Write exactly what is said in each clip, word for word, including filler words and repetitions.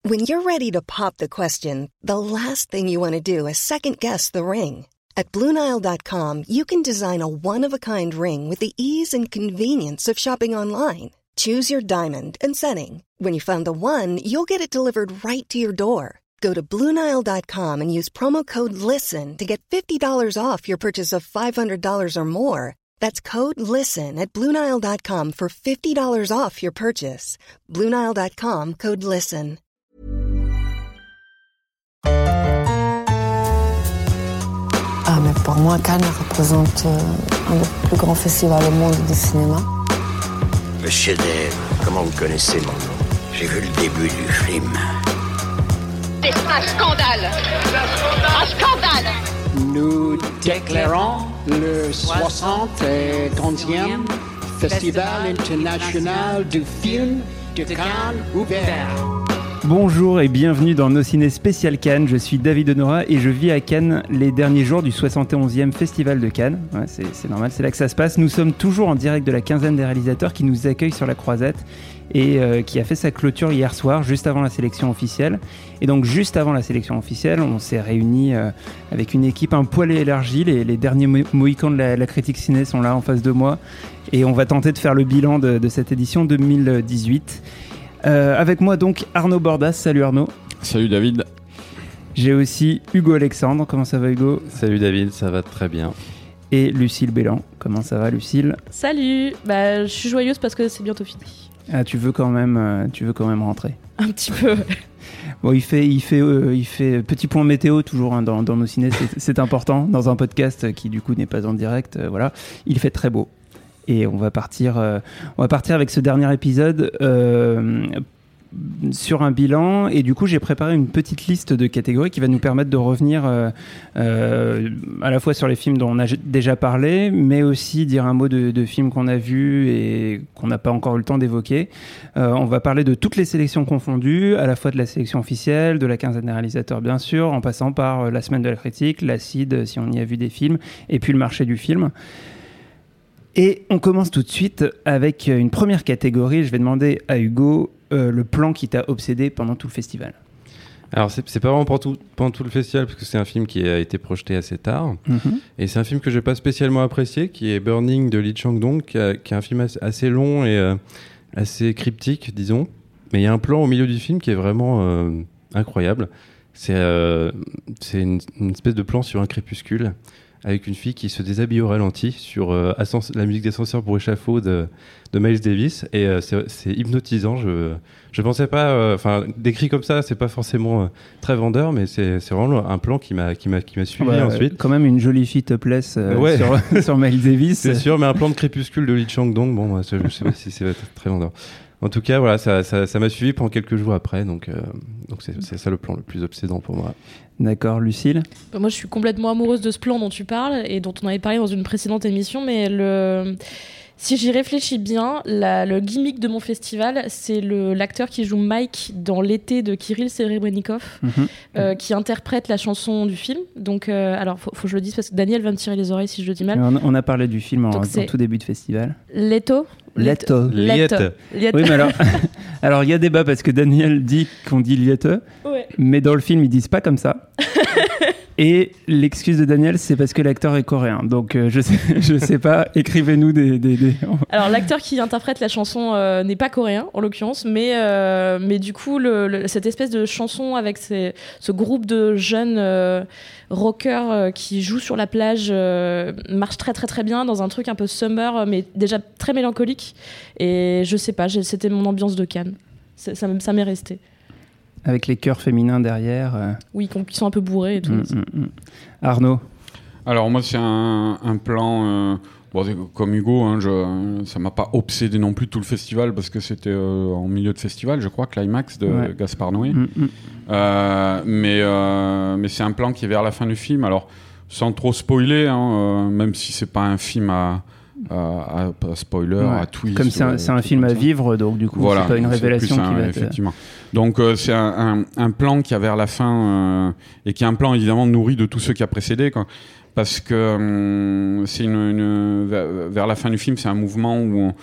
When you're ready to pop the question, the last thing you want to do is second-guess the ring. At Blue Nile dot com, you can design a one-of-a-kind ring with the ease and convenience of shopping online. Choose your diamond and setting. When you find the one, you'll get it delivered right to your door. Go to Blue Nile dot com and use promo code LISTEN to get fifty dollars off your purchase of five hundred dollars or more. That's code LISTEN at Blue Nile dot com for fifty dollars off your purchase. Blue Nile dot com, code LISTEN. Ah, mais pour moi, Cannes représente euh, un des plus grands festivals au monde du cinéma. Monsieur Dave, comment vous connaissez mon nom? J'ai vu le début du film. C'est un scandale! Un scandale! Nous déclarons le soixante-et-onzième Festival international du film de Cannes ouvert. Bonjour et bienvenue dans Nos Ciné Spécial Cannes, je suis David Honora et je vis à Cannes les derniers jours du soixante et onzième Festival de Cannes. Ouais, c'est, c'est normal, c'est là que ça se passe. Nous sommes toujours en direct de la quinzaine des réalisateurs qui nous accueillent sur la Croisette et euh, qui a fait sa clôture hier soir, juste avant la sélection officielle. Et donc juste avant la sélection officielle, on s'est réunis euh, avec une équipe un poil élargie. Les, les derniers mo- mohicans de la, la critique ciné sont là en face de moi et on va tenter de faire le bilan de, de cette édition deux mille dix-huit. Euh, avec moi donc Arnaud Bordas. Salut Arnaud. Salut David. J'ai aussi Hugo Alexandre. Comment ça va Hugo? Salut David, ça va très bien. Et Lucille Bélan. Comment ça va Lucille? Salut. Bah, je suis joyeuse parce que c'est bientôt fini. Ah, tu veux quand même, euh, tu veux quand même rentrer? Un petit peu. Bon, il fait, il fait, euh, il fait petit point météo toujours hein, dans, dans nos ciné. C'est, c'est important dans un podcast qui du coup n'est pas en direct. Euh, voilà, il fait très beau. Et on va partir, euh, on va partir avec ce dernier épisode euh, sur un bilan. Et du coup, j'ai préparé une petite liste de catégories qui va nous permettre de revenir euh, euh, à la fois sur les films dont on a déjà parlé, mais aussi dire un mot de, de films qu'on a vus et qu'on n'a pas encore eu le temps d'évoquer. Euh, on va parler de toutes les sélections confondues, à la fois de la sélection officielle, de la quinzaine des réalisateurs bien sûr, en passant par la semaine de la critique, l'Acide si on y a vu des films, et puis le marché du film. Et on commence tout de suite avec une première catégorie. Je vais demander à Hugo euh, le plan qui t'a obsédé pendant tout le festival. Alors, c'est, c'est pas vraiment pendant tout, pendant tout le festival, parce que c'est un film qui a été projeté assez tard. Mm-hmm. Et c'est un film que je n'ai pas spécialement apprécié, qui est Burning de Lee Chang-dong, qui, a, qui est un film assez, assez long et euh, assez cryptique, disons. Mais il y a un plan au milieu du film qui est vraiment euh, incroyable. C'est, euh, c'est une, une espèce de plan sur un crépuscule, avec une fille qui se déshabille au ralenti sur euh, Ascens- la musique d'Ascenseur pour échafaud de, de Miles Davis. Et euh, c'est, c'est hypnotisant. Je je pensais pas... Enfin, euh, décrit comme ça, c'est pas forcément euh, très vendeur, mais c'est, c'est vraiment un plan qui m'a, qui m'a, qui m'a suivi ouais, ensuite. Quand même une jolie fille topless euh, ouais. sur, sur Miles Davis. C'est sûr, mais un plan de crépuscule de Lee Chang-dong, bon, je ne sais pas si c'est très vendeur. En tout cas, voilà, ça, ça, ça m'a suivi pendant quelques jours après, donc, euh, donc c'est, c'est ça le plan le plus obsédant pour moi. D'accord, Lucille? Bah moi, je suis complètement amoureuse de ce plan dont tu parles et dont on avait parlé dans une précédente émission, mais le... si j'y réfléchis bien, la, le gimmick de mon festival, c'est le, l'acteur qui joue Mike dans L'été de Kirill Serebrennikov, mm-hmm. euh, qui interprète la chanson du film. Donc, euh, alors, faut, faut que je le dise parce que Daniel va me tirer les oreilles si je le dis mal. On, on a parlé du film en, en tout début de festival. Leto Leto. Leto. Oui, mais alors, alors il y a débat parce que Daniel dit qu'on dit Leto, ouais. Mais dans le film ils disent pas comme ça. Et l'excuse de Daniel, c'est parce que l'acteur est coréen. Donc euh, je sais, je sais pas. Écrivez-nous des, des, des... Alors l'acteur qui interprète la chanson euh, n'est pas coréen en l'occurrence, mais euh, mais du coup le, le, cette espèce de chanson avec ces, ce groupe de jeunes euh, rockers euh, qui jouent sur la plage euh, marche très très très bien dans un truc un peu summer, mais déjà très mélancolique. Et je sais pas, j'ai, c'était mon ambiance de Cannes. Ça, ça, ça m'est resté. Avec les chœurs féminins derrière. Euh... Oui, qui sont un peu bourrés et tout. Mmh, mmh, mmh. Arnaud? Alors moi, c'est un, un plan... Euh, bon, comme Hugo, hein, je, ça m'a pas obsédé non plus tout le festival, parce que c'était euh, en milieu de festival, je crois, Climax de ouais. Gaspard Noé. Mmh, mmh. Euh, mais, euh, mais c'est un plan qui est vers la fin du film. Alors, sans trop spoiler, hein, euh, même si c'est pas un film à... À, à, à spoiler, ouais. à twist. Comme c'est un, c'est un film à vivre, donc du coup, voilà, c'est pas une révélation un, qui va effectivement. Être... Donc, euh, c'est un, un, un plan qui a vers la fin, euh, et qui est un plan évidemment nourri de tout ce qui a précédé, quoi. Parce que euh, c'est une, une, vers la fin du film, c'est un mouvement où on,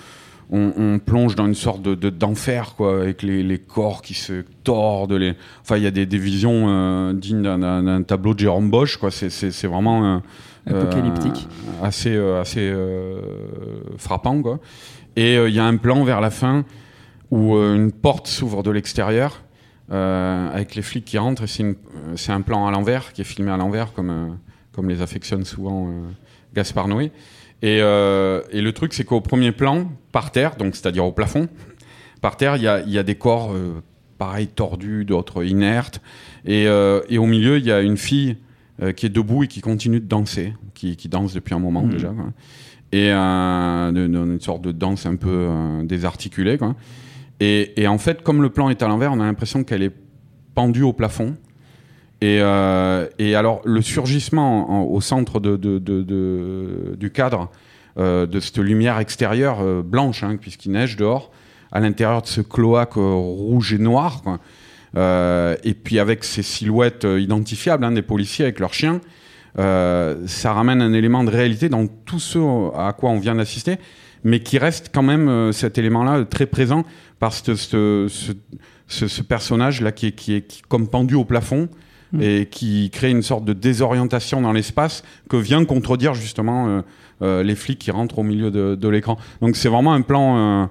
on, on plonge dans une sorte de, de, d'enfer, quoi, avec les, les corps qui se tordent. Les... Enfin, il y a des, des visions euh, dignes d'un, d'un, d'un tableau de Jérôme Bosch, quoi. C'est, c'est, c'est vraiment euh, apocalyptique, euh, assez, euh, assez euh, frappant, quoi. Et il euh, y a un plan vers la fin où euh, une porte s'ouvre de l'extérieur euh, avec les flics qui rentrent. Et c'est, une, c'est un plan à l'envers qui est filmé à l'envers, comme, euh, comme les affectionne souvent euh, Gaspard Noé. Et, euh, et le truc, c'est qu'au premier plan, par terre, donc c'est-à-dire au plafond, par terre, il y a, y a des corps, euh, pareil, tordus, d'autres inertes. Et, euh, et au milieu, il y a une fille euh, qui est debout et qui continue de danser, qui, qui danse depuis un moment mmh. déjà, quoi. Et euh, de, de, une sorte de danse un peu euh, désarticulée, quoi. Et, et en fait, comme le plan est à l'envers, on a l'impression qu'elle est pendue au plafond. Et, euh, et alors, le surgissement en, au centre de, de, de, de, du cadre euh, de cette lumière extérieure euh, blanche, hein, puisqu'il neige dehors, à l'intérieur de ce cloaque euh, rouge et noir, quoi. Euh, et puis avec ces silhouettes euh, identifiables, hein, des policiers avec leurs chiens, euh, ça ramène un élément de réalité dans tout ce à quoi on vient d'assister, mais qui reste quand même euh, cet élément-là très présent par ce, ce, ce, ce, ce personnage-là qui est, qui est qui, comme pendu au plafond, et qui crée une sorte de désorientation dans l'espace que vient contredire justement euh, euh, les flics qui rentrent au milieu de, de l'écran. Donc c'est vraiment un plan euh,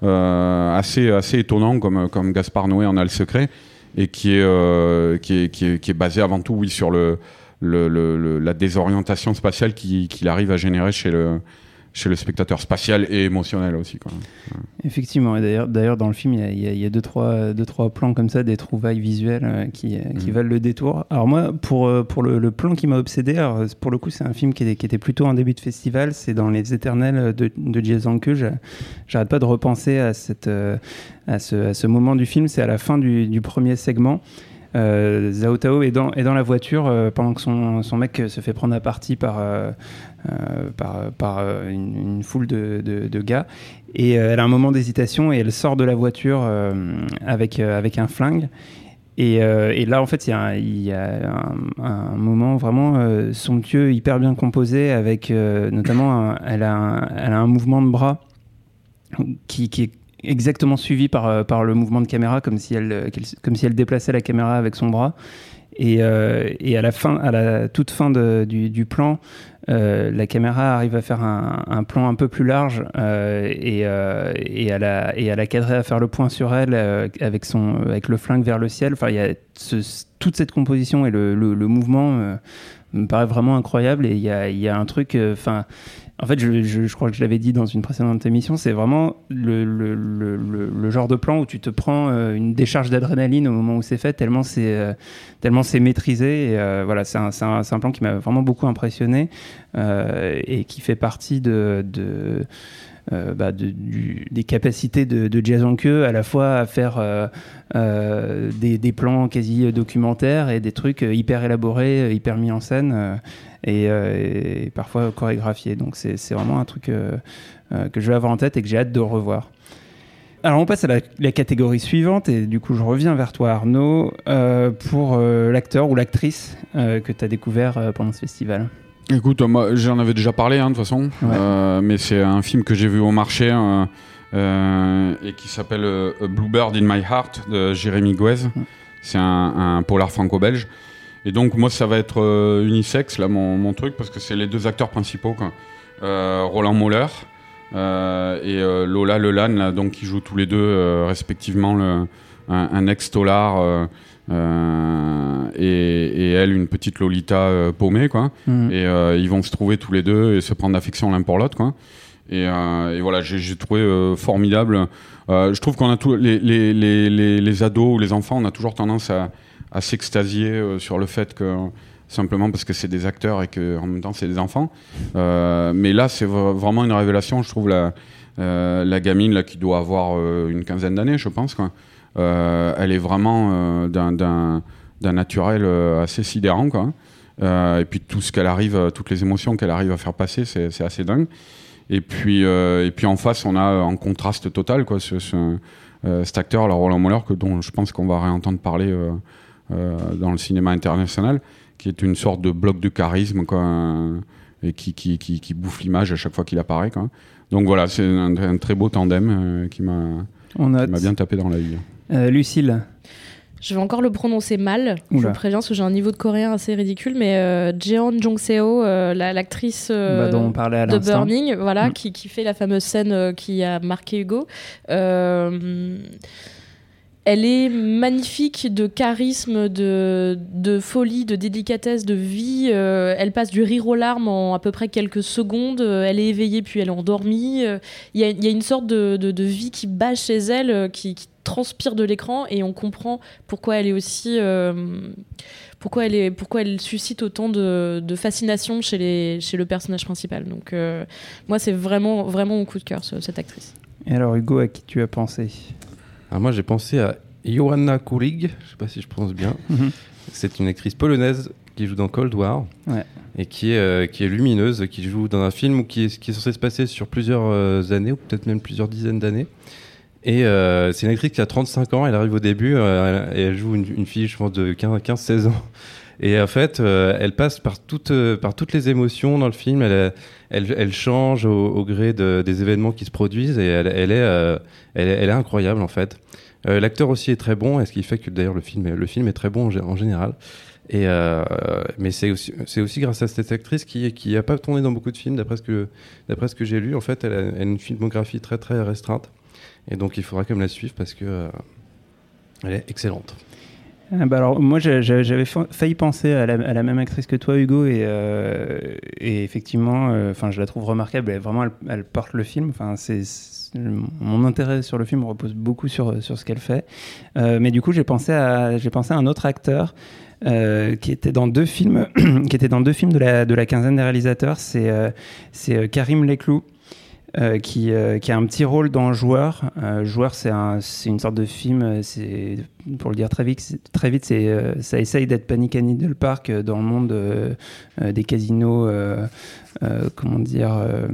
euh, assez, assez étonnant, comme, comme Gaspard Noé en a le secret, et qui est, euh, qui est, qui est, qui est basé avant tout oui, sur le, le, le, le, la désorientation spatiale qu'il, qu'il arrive à générer chez le, chez le spectateur, spatial et émotionnel aussi, quoi. Ouais. Effectivement, et d'ailleurs, d'ailleurs dans le film il y a, il y a, il y a deux, trois, deux trois plans comme ça, des trouvailles visuelles euh, qui, mmh. qui valent le détour. Alors moi, pour, pour le, le plan qui m'a obsédé, alors, pour le coup c'est un film qui était, qui était plutôt un début de festival, c'est dans Les Éternels de, de Jie Zhangke. J'arrête pas de repenser à, cette, à, ce, à ce moment du film, c'est à la fin du, du premier segment. Euh, Zhao Tao est dans, est dans la voiture euh, pendant que son, son mec se fait prendre à partie par, euh, euh, par, par euh, une, une foule de, de, de gars, et euh, elle a un moment d'hésitation et elle sort de la voiture euh, avec, euh, avec un flingue. Et, euh, et là, en fait, il y a un, y a un, un moment vraiment euh, somptueux, hyper bien composé, avec euh, notamment, un, elle, a un, elle a un mouvement de bras qui, qui est exactement suivi par, par le mouvement de caméra, comme si elle, comme si elle déplaçait la caméra avec son bras. Et, euh, et à la fin, à la toute fin de, du, du plan, euh, la caméra arrive à faire un, un plan un peu plus large euh, et, euh, et, à la, et à la cadrer, à faire le point sur elle euh, avec, son, avec le flingue vers le ciel. Enfin, il y a ce, toute cette composition et le, le, le mouvement euh, me paraît vraiment incroyable. Et il y a, il y a un truc... Enfin... Euh, En fait, je, je, je crois que je l'avais dit dans une précédente émission, c'est vraiment le, le, le, le, le genre de plan où tu te prends euh, une décharge d'adrénaline au moment où c'est fait, tellement c'est, euh, tellement c'est maîtrisé. Et, euh, voilà, c'est un, c'est, un, c'est un plan qui m'a vraiment beaucoup impressionné euh, et qui fait partie de... de Euh, bah de, du, des capacités de, de Jie Zhangke à la fois à faire euh, euh, des, des plans quasi documentaires et des trucs hyper élaborés, hyper mis en scène euh, et, euh, et parfois chorégraphiés. Donc c'est, c'est vraiment un truc euh, euh, que je vais avoir en tête et que j'ai hâte de revoir. Alors on passe à la, la catégorie suivante et du coup je reviens vers toi Arnaud euh, pour euh, l'acteur ou l'actrice euh, que tu as découvert euh, pendant ce festival. Écoute, moi j'en avais déjà parlé hein, de toute façon, ouais. euh, mais c'est un film que j'ai vu au marché euh, euh, et qui s'appelle euh, Bluebird in My Heart de Jérémy Guez. Mmh. C'est un, un polar franco-belge. Et donc moi ça va être euh, unisexe là mon, mon truc parce que c'est les deux acteurs principaux, quoi. Euh, Roland Moller euh, et euh, Lola Lelan là, donc qui jouent tous les deux euh, respectivement le, un, un ex-tolard. Euh, Euh, et, et elle une petite Lolita euh, paumée quoi. Mmh. Et euh, ils vont se trouver tous les deux et se prendre d'affection l'un pour l'autre quoi. Et, euh, et voilà j'ai, j'ai trouvé euh, formidable euh, je trouve qu'on a tous les, les, les, les, les ados ou les enfants on a toujours tendance à, à s'extasier euh, sur le fait que simplement parce que c'est des acteurs et qu'en même temps c'est des enfants euh, mais là c'est v- vraiment une révélation je trouve la, euh, la gamine là qui doit avoir euh, une quinzaine d'années je pense quoi. Euh, elle est vraiment euh, d'un, d'un, d'un naturel euh, assez sidérant quoi. Euh, et puis tout ce qu'elle arrive, toutes les émotions qu'elle arrive à faire passer, c'est, c'est assez dingue. Et puis, euh, et puis en face, on a en contraste total quoi, ce, ce, euh, cet acteur, là, Roland Moller, que dont je pense qu'on va réentendre parler euh, euh, dans le cinéma international, qui est une sorte de bloc de charisme quoi, un, et qui, qui, qui, qui bouffe l'image à chaque fois qu'il apparaît, quoi. Donc voilà, c'est un, un très beau tandem euh, qui, m'a, qui m'a bien tapé dans l'œil. Euh, Lucille. Je vais encore le prononcer mal, Oula. je vous préviens, parce que j'ai un niveau de coréen assez ridicule, mais euh, Jeon Jong-seo, euh, la, l'actrice euh, bah, dont on parlait à de l'instant. Burning, voilà, Mm. qui, qui fait la fameuse scène euh, qui a marqué Hugo. Euh, elle est magnifique de charisme, de, de folie, de délicatesse, de vie. Euh, elle passe du rire aux larmes en à peu près quelques secondes. Euh, elle est éveillée, puis elle est endormie. Il euh, y, y a une sorte de, de, de vie qui bat chez elle, euh, qui, qui transpire de l'écran, et on comprend pourquoi elle est aussi... Euh, pourquoi elle, est, pourquoi elle suscite autant de, de fascination chez, les, chez le personnage principal. Donc euh, moi, c'est vraiment, vraiment mon coup de cœur, ce, cette actrice. Et alors Hugo, à qui tu as pensé ? Alors moi j'ai pensé à Joanna Kulig, je sais pas si je prononce bien. Mm-hmm. C'est une actrice polonaise qui joue dans Cold War ouais. et qui est, euh, qui est lumineuse, qui joue dans un film qui est, qui est censé se passer sur plusieurs euh, années, ou peut-être même plusieurs dizaines d'années. Et euh, c'est une actrice qui a trente-cinq ans, elle arrive au début euh, et elle joue une, une fille, je pense, de quinze seize ans. Et en fait, euh, elle passe par toutes, euh, par toutes les émotions dans le film. Elle, elle, elle change au, au gré de, des événements qui se produisent et elle, elle, est, euh, elle, est, elle est incroyable en fait. Euh, l'acteur aussi est très bon, et ce qui fait que d'ailleurs le film, est, le film est très bon en, en général. Et euh, mais c'est aussi, c'est aussi grâce à cette actrice qui qui a pas tourné dans beaucoup de films, d'après ce que d'après ce que j'ai lu. En fait, elle a, elle a une filmographie très très restreinte, et donc il faudra quand même la suivre parce que euh, elle est excellente. Ah bah alors moi j'avais failli penser à la, à la même actrice que toi Hugo, et, euh, et effectivement enfin euh, je la trouve remarquable, elle, vraiment elle, elle porte le film, enfin c'est, c'est mon intérêt sur le film repose beaucoup sur sur ce qu'elle fait, euh, mais du coup j'ai pensé à j'ai pensé à un autre acteur euh, qui était dans deux films qui était dans deux films de la de la quinzaine des réalisateurs, c'est euh, c'est Karim Leclou. Euh, qui, euh, qui a un petit rôle dans Joueur. Euh, Joueur, c'est, un, c'est une sorte de film, c'est, pour le dire très vite, c'est, très vite c'est, euh, ça essaye d'être Panic at Needle Park dans le monde euh, euh, des casinos, euh, euh, comment dire... Euh,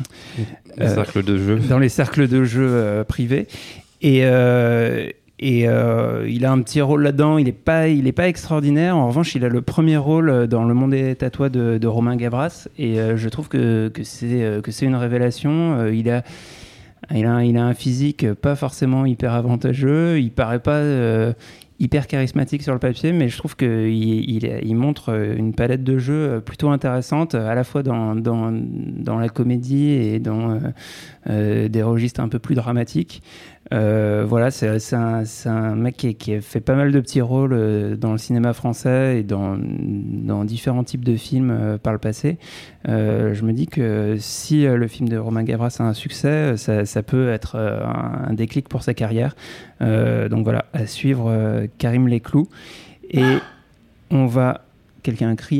les euh, cercles de jeu. Dans les cercles de jeu euh, privés. Et... Euh, Et euh, il a un petit rôle là-dedans, il n'est pas, il est pas extraordinaire. En revanche, il a le premier rôle dans Le Monde est à toi de, de Romain Gavras. Et euh, je trouve que, que, c'est, que c'est une révélation. Euh, il, a, il, a, il a un physique pas forcément hyper avantageux. Il ne paraît pas euh, hyper charismatique sur le papier, mais je trouve qu'il il, il montre une palette de jeux plutôt intéressante, à la fois dans, dans, dans la comédie et dans euh, euh, des registres un peu plus dramatiques. Euh, voilà, c'est, c'est, un, c'est un mec qui, qui a fait pas mal de petits rôles euh, dans le cinéma français et dans, dans différents types de films euh, par le passé. Euh, je me dis que si euh, le film de Romain Gavras a un succès, ça, ça peut être euh, un, un déclic pour sa carrière. Euh, donc voilà, à suivre euh, Karim Leclou. Et on va... Quelqu'un a crié ?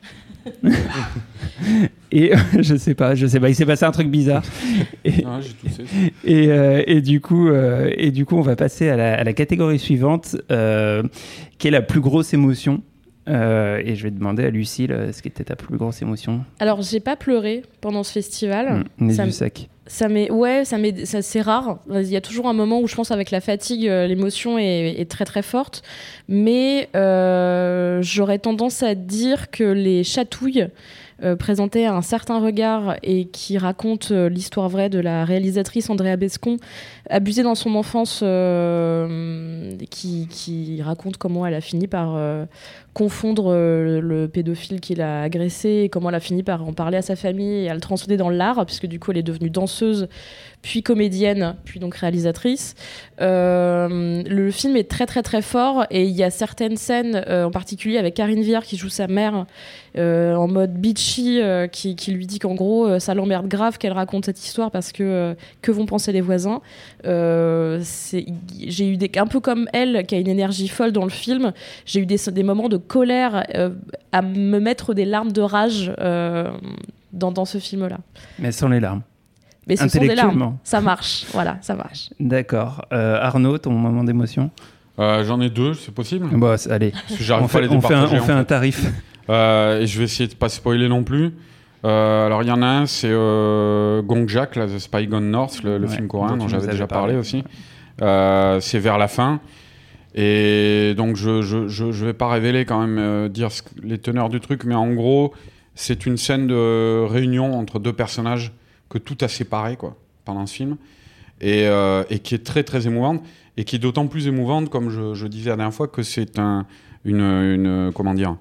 Et euh, je sais pas, je sais pas, il s'est passé un truc bizarre. Et, ah, j'ai toussé. Et, euh, et du coup, euh, et du coup, on va passer à la, à la catégorie suivante, euh, qui est la plus grosse émotion. Euh, et je vais demander à Lucille, ce qui était ta plus grosse émotion. Alors, j'ai pas pleuré pendant ce festival. Mmh, ça yeux secs. Ça m'est, ouais, ça m'est, ça, c'est rare. Il y a toujours un moment où je pense avec la fatigue, euh, l'émotion est, est très très forte. Mais euh, j'aurais tendance à dire que les chatouilles euh, présentaient un certain regard et qui racontent euh, l'histoire vraie de la réalisatrice Andrea Bescon, abusée dans son enfance, euh, qui, qui raconte comment elle a fini par euh, confondre euh, le pédophile qui l'a agressée et comment elle a fini par en parler à sa famille et à le transcender dans l'art, puisque du coup elle est devenue danseuse, puis comédienne, puis donc réalisatrice. Euh, le film est très très très fort et il y a certaines scènes, euh, en particulier avec Karine Viard qui joue sa mère euh, en mode bitchy, euh, qui, qui lui dit qu'en gros euh, ça l'emmerde grave qu'elle raconte cette histoire parce que euh, que vont penser les voisins. Euh, c'est, j'ai eu des, un peu comme elle qui a une énergie folle dans le film, j'ai eu des, des moments de colère euh, à me mettre des larmes de rage euh, dans, dans ce film-là. Mais sans les larmes. Mais ce sont des larmes. Ça marche, voilà, ça marche. D'accord. Euh, Arnaud, ton moment d'émotion ? euh, J'en ai deux, c'est possible ? Bon, allez. Parce que j'arrive on pas fait, à les on fait, un, on fait, fait. un tarif. Euh, et je vais essayer de pas spoiler non plus. Euh, alors il y en a un, c'est euh, Gong Jak, là, The Spy Gone North, le, le ouais, film coréen dont j'avais déjà parlé, parlé aussi. Euh, c'est vers la fin. Et donc je je je, je vais pas révéler quand même euh, dire ce, les teneurs du truc, mais en gros c'est une scène de réunion entre deux personnages que tout a séparé quoi, pendant ce film, et, euh, et qui est très très émouvante, et qui est d'autant plus émouvante, comme je, je disais la dernière fois, que c'est un, une, une comment dire,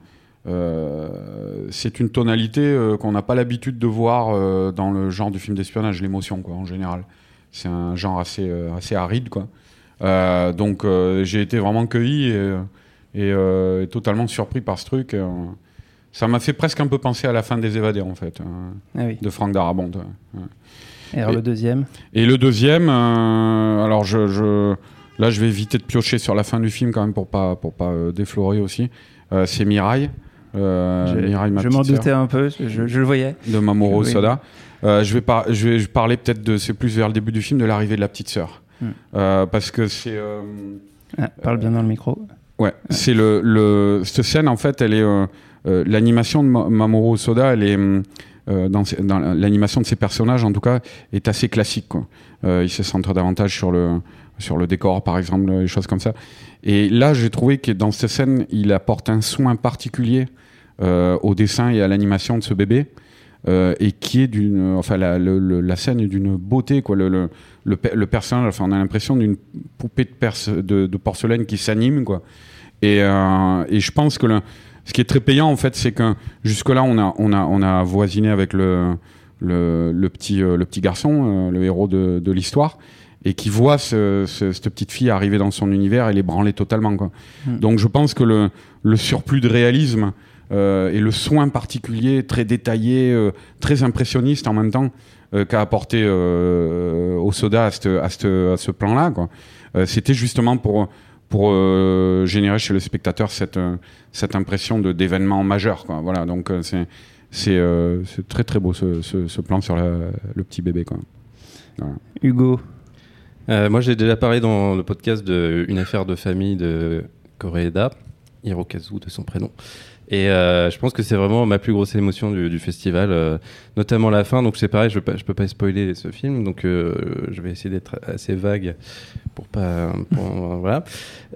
euh, c'est une tonalité euh, qu'on n'a pas l'habitude de voir euh, dans le genre du film d'espionnage, l'émotion quoi, en général. C'est un genre assez, euh, assez aride quoi. Euh, donc euh, j'ai été vraiment cueilli et, et, euh, et totalement surpris par ce truc. Euh, ça m'a fait presque un peu penser à la fin des Évadés en fait, euh, ah oui. de Franck Darabont. Ouais. Et alors et, le deuxième Et le deuxième, euh, alors je, je, là je vais éviter de piocher sur la fin du film quand même pour pas, pour pas euh, déflorer aussi. Euh, c'est Mirai. Euh, je Mirai, ma je m'en doutais un peu, je, je le voyais. De Mamoru Hosoda. Oui. Euh, je, vais par, je vais parler peut-être de, c'est plus vers le début du film, de l'arrivée de la petite sœur. Hmm. Euh, parce que c'est. Euh, ah, parle bien dans le micro. Ouais, ouais. c'est le, le. Cette scène, en fait, elle est. Euh, euh, l'animation de Mamoru Hosoda, elle est. Euh, dans, dans l'animation de ces personnages, en tout cas, est assez classique, quoi. Euh, il se centre davantage sur le, sur le décor, par exemple, des choses comme ça. Et là, j'ai trouvé que dans cette scène, il apporte un soin particulier euh, au dessin et à l'animation de ce bébé. Euh, et qui est d'une, enfin la, le, le, la scène est d'une beauté quoi. Le, le, le, le personnage, enfin on a l'impression d'une poupée de, perce, de, de porcelaine qui s'anime quoi. Et, euh, et je pense que le, ce qui est très payant en fait, c'est que jusque là on a on a on a voisiné avec le le, le petit euh, le petit garçon, euh, le héros de, de l'histoire, et qui voit ce, ce, cette petite fille arriver dans son univers et l'ébranler totalement quoi. Mmh. Donc je pense que le le surplus de réalisme Euh, et le soin particulier, très détaillé, euh, très impressionniste en même temps, euh, qu'a apporté euh, Hosoda à, cette, à, cette, à ce plan-là, quoi. Euh, c'était justement pour, pour euh, générer chez le spectateur cette, cette impression de, d'événement majeur, quoi. Voilà, donc euh, c'est, c'est, euh, c'est très très beau ce, ce, ce plan sur la, le petit bébé, quoi. Voilà. Hugo euh, Moi j'ai déjà parlé dans le podcast de Une affaire de famille de Koreeda, Hirokazu de son prénom. Et euh, je pense que c'est vraiment ma plus grosse émotion du, du festival, euh, notamment la fin. Donc c'est pareil, je ne peux, peux pas spoiler ce film, donc euh, je vais essayer d'être assez vague pour pas. Pour, voilà.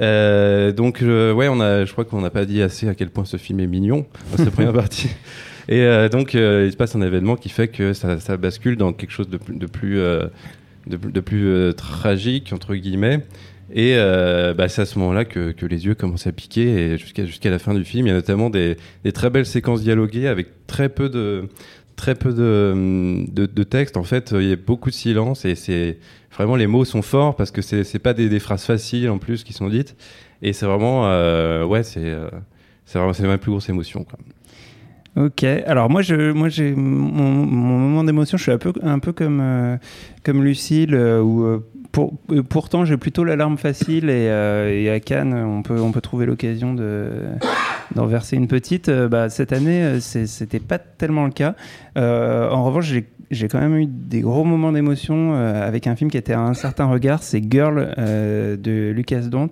Euh, donc euh, ouais, on a, je crois qu'on n'a pas dit assez à quel point ce film est mignon dans sa première partie. Et euh, donc euh, il se passe un événement qui fait que ça, ça bascule dans quelque chose de plus, de plus, euh, de, de plus euh, tragique entre guillemets. Et euh, bah, c'est à ce moment-là que, que les yeux commencent à piquer, et jusqu'à, jusqu'à la fin du film, il y a notamment des, des très belles séquences dialoguées avec très peu de, très peu de, de, de texte. En fait, il y a beaucoup de silence, et c'est vraiment, les mots sont forts parce que c'est, c'est pas des, des phrases faciles en plus qui sont dites, et c'est vraiment, euh, ouais, c'est, euh, c'est vraiment, c'est ma plus grosse émotion, quoi. Ok, alors moi, je, moi j'ai mon, mon moment d'émotion, je suis un peu, un peu comme, euh, comme Lucille, euh, où euh, pour, euh, pourtant j'ai plutôt la larme facile, et, euh, et à Cannes, on peut, on peut trouver l'occasion de, d'en verser une petite. Euh, bah, cette année, c'est, c'était pas tellement le cas. Euh, en revanche, j'ai, j'ai quand même eu des gros moments d'émotion euh, avec un film qui était à un certain regard, c'est Girl euh, de Lucas Dont.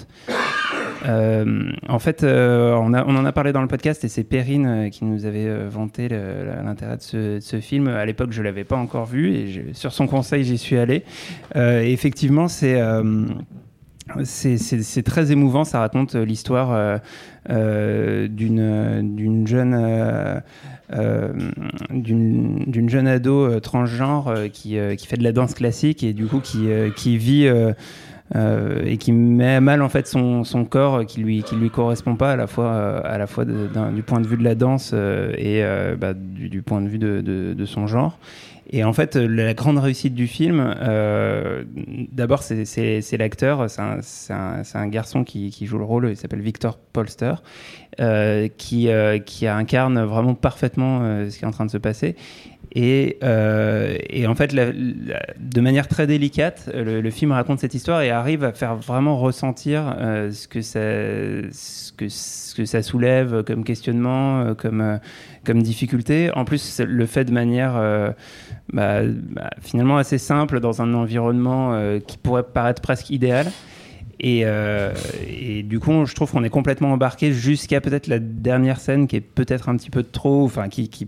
Euh, en fait, euh, on, a, on en a parlé dans le podcast, et c'est Perrine euh, qui nous avait euh, vanté le, l'intérêt de ce, de ce film. À l'époque, je ne l'avais pas encore vu, et je, sur son conseil, j'y suis allé. Euh, et effectivement, c'est, euh, c'est, c'est, c'est très émouvant. Ça raconte l'histoire euh, euh, d'une, d'une jeune... Euh, Euh, d'une, d'une jeune ado euh, transgenre euh, qui, euh, qui fait de la danse classique, et du coup qui, euh, qui vit euh, euh, et qui met à mal en fait son, son corps, euh, qui lui, qui lui correspond pas, à la fois, euh, à la fois de, du point de vue de la danse euh, et euh, bah, du, du point de vue de, de, de son genre. Et en fait, la grande réussite du film, euh, d'abord, c'est, c'est, c'est l'acteur. C'est un, c'est, un, c'est un garçon qui, qui joue le rôle. Il s'appelle Victor Polster, euh, qui, euh, qui incarne vraiment parfaitement euh, ce qui est en train de se passer. Et, euh, et en fait, la, la, de manière très délicate, le, le film raconte cette histoire et arrive à faire vraiment ressentir euh, ce que ça, ce que, ce que ça soulève comme questionnement, euh, comme, euh, comme difficulté. En plus, le fait de manière euh, bah, bah, finalement assez simple, dans un environnement euh, qui pourrait paraître presque idéal. Et, euh, et du coup, je trouve qu'on est complètement embarqué jusqu'à peut-être la dernière scène qui est peut-être un petit peu trop, enfin qui, qui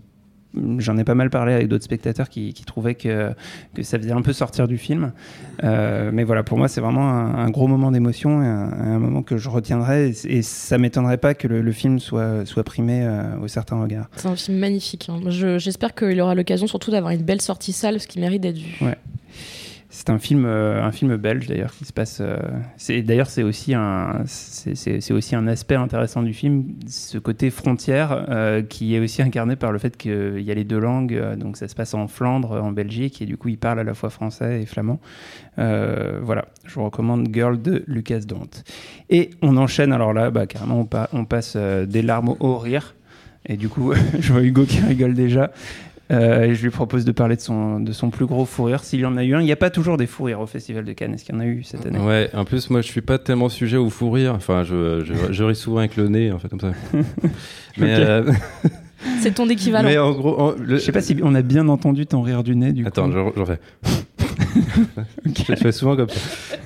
j'en ai pas mal parlé avec d'autres spectateurs qui, qui trouvaient que, que ça faisait un peu sortir du film. Euh, mais voilà, pour moi, c'est vraiment un, un gros moment d'émotion et un, un moment que je retiendrai. Et, et ça m'étonnerait pas que le, le film soit, soit primé euh, au certain regard. C'est un film magnifique. Hein. Je, j'espère qu'il aura l'occasion surtout d'avoir une belle sortie salle, ce qui mérite d'être vu. Ouais. C'est un film, euh, un film belge d'ailleurs qui se passe. Euh, c'est, d'ailleurs, c'est aussi un, c'est, c'est, c'est aussi un aspect intéressant du film, ce côté frontière euh, qui est aussi incarné par le fait qu'il y a les deux langues. Euh, donc, ça se passe en Flandre, en Belgique, et du coup, il parle à la fois français et flamand. Euh, voilà, je vous recommande Girl de Lucas Dont. Et on enchaîne. Alors là, bah, carrément, on, pa- on passe euh, des larmes au rire. Et du coup, je vois Hugo qui rigole déjà. Euh, et je lui propose de parler de son, de son plus gros fou rire, s'il y en a eu un. Il n'y a pas toujours des fous rires au Festival de Cannes. Est-ce qu'il y en a eu cette année ? Ouais, en plus, moi, je suis pas tellement sujet au fou rire. Enfin, je, je, je ris souvent avec le nez, en fait, comme ça. Mais, okay. euh... c'est ton équivalent. Mais en gros, en, le... je sais pas si on a bien entendu ton rire du nez, du Attends, coup. Attends, j'en fais. Okay. Je le fais souvent comme ça.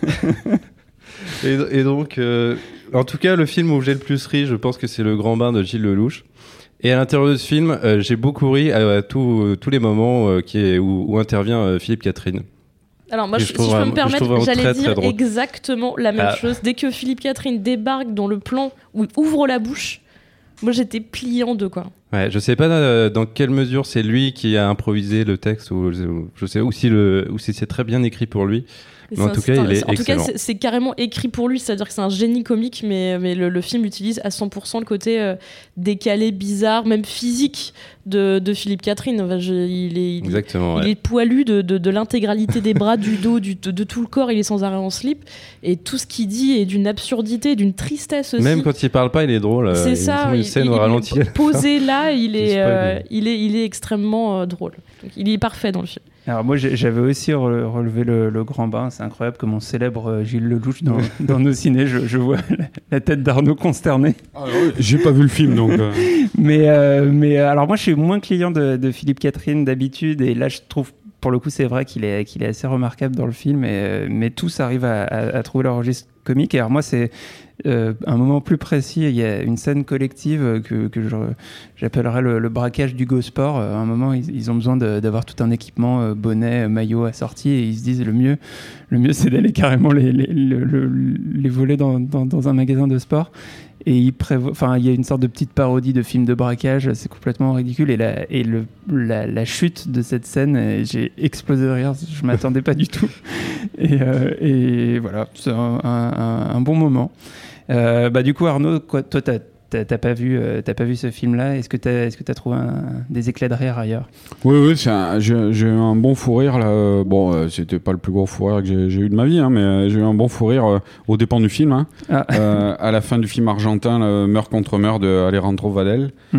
et, et donc, euh, en tout cas, le film où j'ai le plus ri, je pense que c'est Le Grand Bain de Gilles Lelouch. Et à l'intérieur de ce film, euh, j'ai beaucoup ri à, à tous euh, tous les moments euh, qui est, où, où intervient euh, Philippe Catherine. Alors moi, je, si je peux me permettre, j'allais très, dire très exactement la même ah. chose. Dès que Philippe Catherine débarque dans le plan où il ouvre la bouche, moi j'étais plié en deux, quoi. Ouais, je sais pas euh, dans quelle mesure c'est lui qui a improvisé le texte, ou, ou je sais, ou si, le, ou si c'est très bien écrit pour lui. Mais en tout cas, un, il est en excellent. tout cas, c'est, c'est carrément écrit pour lui, c'est-à-dire que c'est un génie comique, mais, mais le, le film utilise à cent pour cent le côté euh, décalé, bizarre, même physique de, de Philippe Catherine. Enfin, je, il est, il, Exactement, il ouais. est poilu de, de, de l'intégralité des bras, du dos, du, de, de tout le corps, il est sans arrêt en slip, et tout ce qu'il dit est d'une absurdité, d'une tristesse aussi. Même quand il parle pas, il est drôle. C'est il ça, une il, scène il, au ralenti. Posé là, il est, euh, il, est, il est extrêmement euh, drôle. Donc, il est parfait dans le film. Alors moi j'avais aussi relevé le, le grand bain, c'est incroyable comme on célèbre Gilles Lelouch dans, dans nos ciné, je, je vois la tête d'Arnaud consternée. Ah, ouais, j'ai pas vu le film donc... Euh... mais, euh, mais alors moi je suis moins client de, de Philippe Catherine d'habitude et là je trouve pour le coup c'est vrai qu'il est, qu'il est assez remarquable dans le film, et, mais tous arrivent à, à, à trouver leur registre comique. Et alors moi c'est euh, un moment plus précis, il y a une scène collective que, que je, j'appellerais le, le braquage du Go-Sport. À un moment ils, ils ont besoin de, d'avoir tout un équipement, euh, bonnet, maillot assorti, et ils se disent le mieux, le mieux c'est d'aller carrément les, les, les, les voler dans, dans, dans un magasin de sport. Et il prévoit, enfin, il y a une sorte de petite parodie de film de braquage, c'est complètement ridicule. Et la, et le, la, la chute de cette scène, j'ai explosé de rire, je m'attendais pas du tout. Et, euh, et voilà, c'est un, un, un bon moment. Euh, bah, du coup, Arnaud, quoi, toi, t'as, t'as, t'as, pas vu, euh, t'as pas vu ce film-là. Est-ce que t'as, est-ce que t'as trouvé un, des éclats de rire ailleurs ? Oui, oui, c'est un, j'ai, j'ai eu un bon fou rire là. Bon, euh, c'était pas le plus gros fou rire que j'ai, j'ai eu de ma vie, hein, mais euh, j'ai eu un bon fou rire euh, aux dépens du film. Hein. Ah. Euh, à la fin du film argentin, là, Meurtre contre meurtre de Alejandro Vadel. Mm-hmm.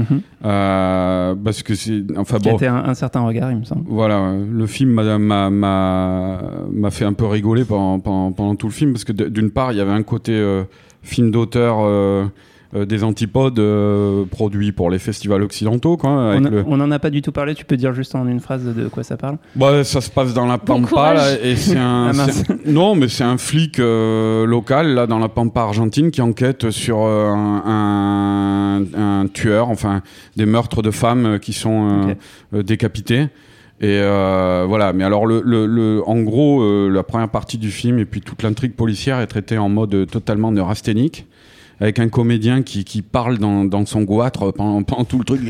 Euh, parce que c'est, enfin Qui bon. C'était un, un certain regard, il me semble. Voilà, le film m'a, m'a, m'a, m'a fait un peu rigoler pendant, pendant, pendant tout le film, parce que d'une part, il y avait un côté euh, film d'auteur. Euh, Euh, des antipodes euh, produits pour les festivals occidentaux, quoi. Avec on, a, le... on en a pas du tout parlé. Tu peux dire juste en une phrase de, de quoi ça parle ? Bah, ça se passe dans la bon Pampa là, et c'est un, ah, c'est un non, mais c'est un flic euh, local là dans la Pampa argentine qui enquête sur euh, un, un, un tueur, enfin des meurtres de femmes qui sont euh, okay. euh, décapitées. Et euh, voilà, mais alors le, le, le, en gros, euh, la première partie du film et puis toute l'intrigue policière est traitée en mode totalement neurasthénique, avec un comédien qui, qui parle dans, dans son goitre pendant, pendant tout le truc.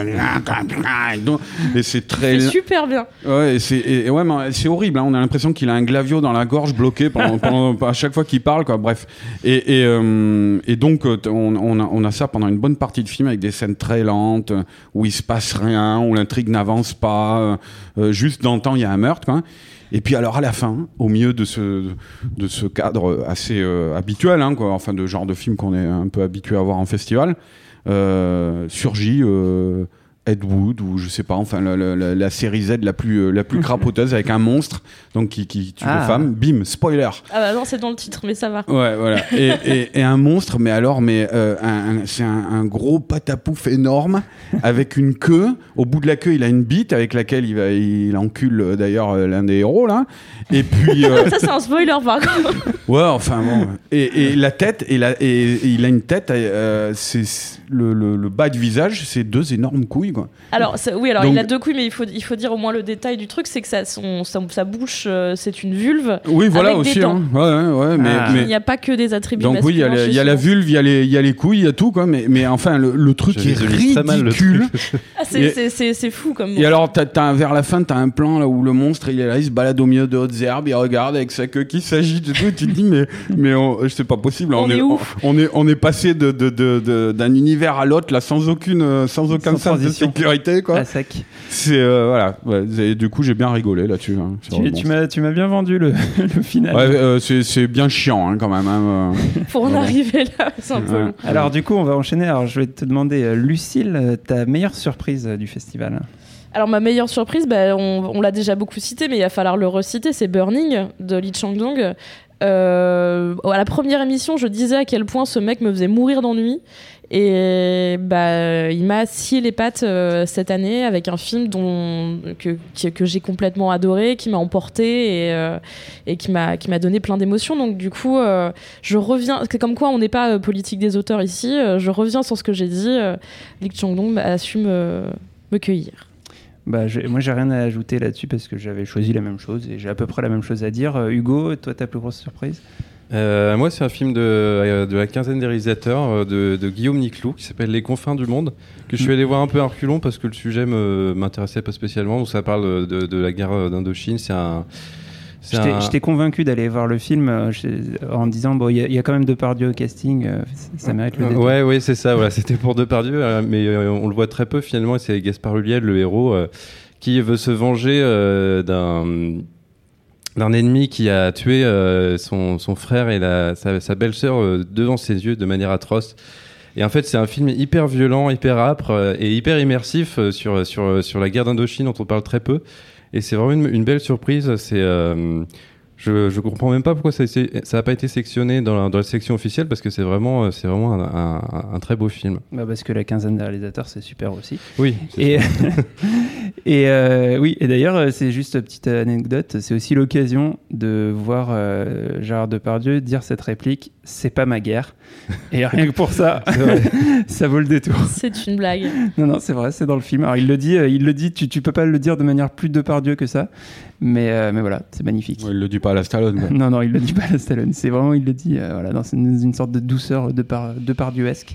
Et c'est très... C'est super bien. Ouais, et c'est, et, et ouais, mais c'est horrible. Hein. On a l'impression qu'il a un glavio dans la gorge bloqué pendant, pendant, à chaque fois qu'il parle, quoi. Bref. Et, et, euh, et donc, on, on, a, on a ça pendant une bonne partie de film avec des scènes très lentes, où il se passe rien, où l'intrigue n'avance pas. Euh, juste dans le temps, il y a un meurtre, quoi. Et puis alors à la fin, au milieu de ce, de ce cadre assez euh, habituel, hein, quoi, enfin de genre de film qu'on est un peu habitué à voir en festival, euh, surgit euh, Ed Wood, ou je sais pas, enfin la, la, la série Z la plus, la plus crapoteuse, avec un monstre donc, qui, qui tue ah. les femmes. Bim, spoiler. Ah bah non, c'est dans le titre, mais ça va. Ouais, voilà. Et, et, et un monstre, mais alors, mais, euh, un, un, c'est un, un gros patapouf énorme, avec une queue. Au bout de la queue, il a une bite avec laquelle il, va, il encule d'ailleurs l'un des héros, là. Et puis... Euh... ça, c'est un spoiler, par contre. Ouais, enfin bon. Et, et la tête, et, la, et, et il a une tête, euh, c'est, le, le, le bas du visage, c'est deux énormes couilles, quoi. Alors ça, oui, alors Donc, il a deux couilles, mais il faut il faut dire au moins le détail du truc, c'est que ça, son, sa, sa bouche, euh, c'est une vulve. Oui, voilà avec aussi. des dents. Hein. Ouais, ouais, ouais, mais, Ah. mais... Il n'y a pas que des attributs. Donc oui, il y a, masculins les- il chez y a la Simon. vulve, il y a les, il y a les couilles, il y a tout quoi. Mais, mais enfin, le, le truc Je est visualise très mal le ridicule. truc. Ah, c'est, Et- c'est, c'est, c'est fou comme. Et alors, t'as, t'as, vers la fin, t'as un plan là où le monstre, il est là, il se balade au milieu de hautes herbes, il regarde avec sa queue qui s'agite et tout. Et tu te dis, mais, mais on, c'est pas possible. On est où on, on est, on est passé de, de, de, de- d'un univers à l'autre là, sans aucune, euh, sans aucun Sans sens de transition. sécurité quoi. À sec. C'est euh, voilà. Ouais, et du coup, j'ai bien rigolé là-dessus. Hein, sur le Tu, monstre. tu m'as, tu m'as bien vendu le, le final. Ouais, euh, c'est, c'est bien chiant hein, quand même. Hein, euh. Pour en arriver là, c'est un peu Ouais. long. Alors du coup, on va enchaîner. Alors je vais te demander, euh, Lucille, euh, ta meilleure surprise euh, du festival. Alors ma meilleure surprise, bah, on, on l'a déjà beaucoup cité, mais il va falloir le reciter, c'est Burning de Lee Chang-dong. Euh, à la première émission, je disais à quel point ce mec me faisait mourir d'ennui. Et bah, il m'a scié les pattes euh, cette année avec un film dont, que, que, que j'ai complètement adoré, qui m'a emporté et, euh, et qui, m'a, qui m'a donné plein d'émotions. Donc du coup, euh, je reviens, c'est comme quoi on n'est pas euh, politique des auteurs ici, euh, je reviens sur ce que j'ai dit. Euh, Lee Chang-dong a su me, me cueillir. Bah, j'ai- moi, j'ai rien à ajouter là-dessus parce que j'avais choisi la même chose et j'ai à peu près la même chose à dire. Euh, Hugo, toi, ta plus grosse surprise? Euh, moi, c'est un film de, euh, de la quinzaine des réalisateurs euh, de, de Guillaume Niclou qui s'appelle Les confins du monde, que je suis allé voir un peu à reculons parce que le sujet me m'intéressait pas spécialement. Donc, ça parle de, de la guerre d'Indochine. C'est un. c'est Je t'ai, un- je t'ai convaincu d'aller voir le film euh, je- en me disant bon, il y, a- il y a quand même Depardieu au casting, euh, ça, ça mérite le détour. Ouais, ouais, c'est ça. Voilà, c'était pour Depardieu, euh, mais euh, on le voit très peu finalement. Et c'est Gaspard Ulliel, le héros, euh, qui veut se venger euh, d'un d'un ennemi qui a tué euh, son, son frère et la, sa, sa belle-sœur euh, devant ses yeux de manière atroce. Et en fait, c'est un film hyper violent, hyper âpre euh, et hyper immersif euh, sur, sur, sur la guerre d'Indochine dont on parle très peu. Et c'est vraiment une, une belle surprise. C'est, euh, je, je comprends même pas pourquoi ça n'a pas été sectionné dans la, dans la section officielle parce que c'est vraiment, c'est vraiment un, un, un très beau film. Bah, parce que la quinzaine des réalisateurs, c'est super aussi. Oui. c'est Et, ça. et euh, oui, et d'ailleurs, euh, c'est juste une petite anecdote, c'est aussi l'occasion de voir euh, Gérard Depardieu dire cette réplique « c'est pas ma guerre ». Et rien que pour ça, ça vaut le détour. C'est une blague. Non, non, c'est vrai, c'est dans le film. Alors il le dit, euh, il le dit tu, tu peux pas le dire de manière plus Depardieu que ça, mais, euh, mais voilà, c'est magnifique. Ouais, il le dit pas à la Stallone. Quoi. Non, non, il le dit pas à la Stallone. C'est vraiment, il le dit euh, voilà, dans une, une sorte de douceur de par, Depardieuesque.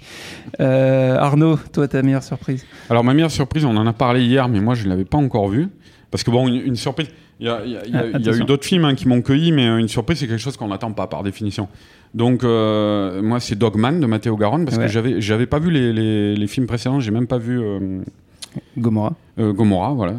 Euh, Arnaud, toi, ta meilleure surprise? Alors ma meilleure surprise, on en a parlé hier, mais moi je ne l'avais pas encore vue. Parce que bon, une, une surprise, il y a, il y a- il y a- Ah, il y a attention. eu d'autres films hein, qui m'ont cueilli, mais euh, une surprise c'est quelque chose qu'on n'attend pas par définition. Donc euh, moi c'est Dogman de Matteo Garonne, parce Ouais. que j'avais, j'avais pas vu les, les, les films précédents, j'ai même pas vu euh, Gomorrah. euh, Gomorrah, voilà.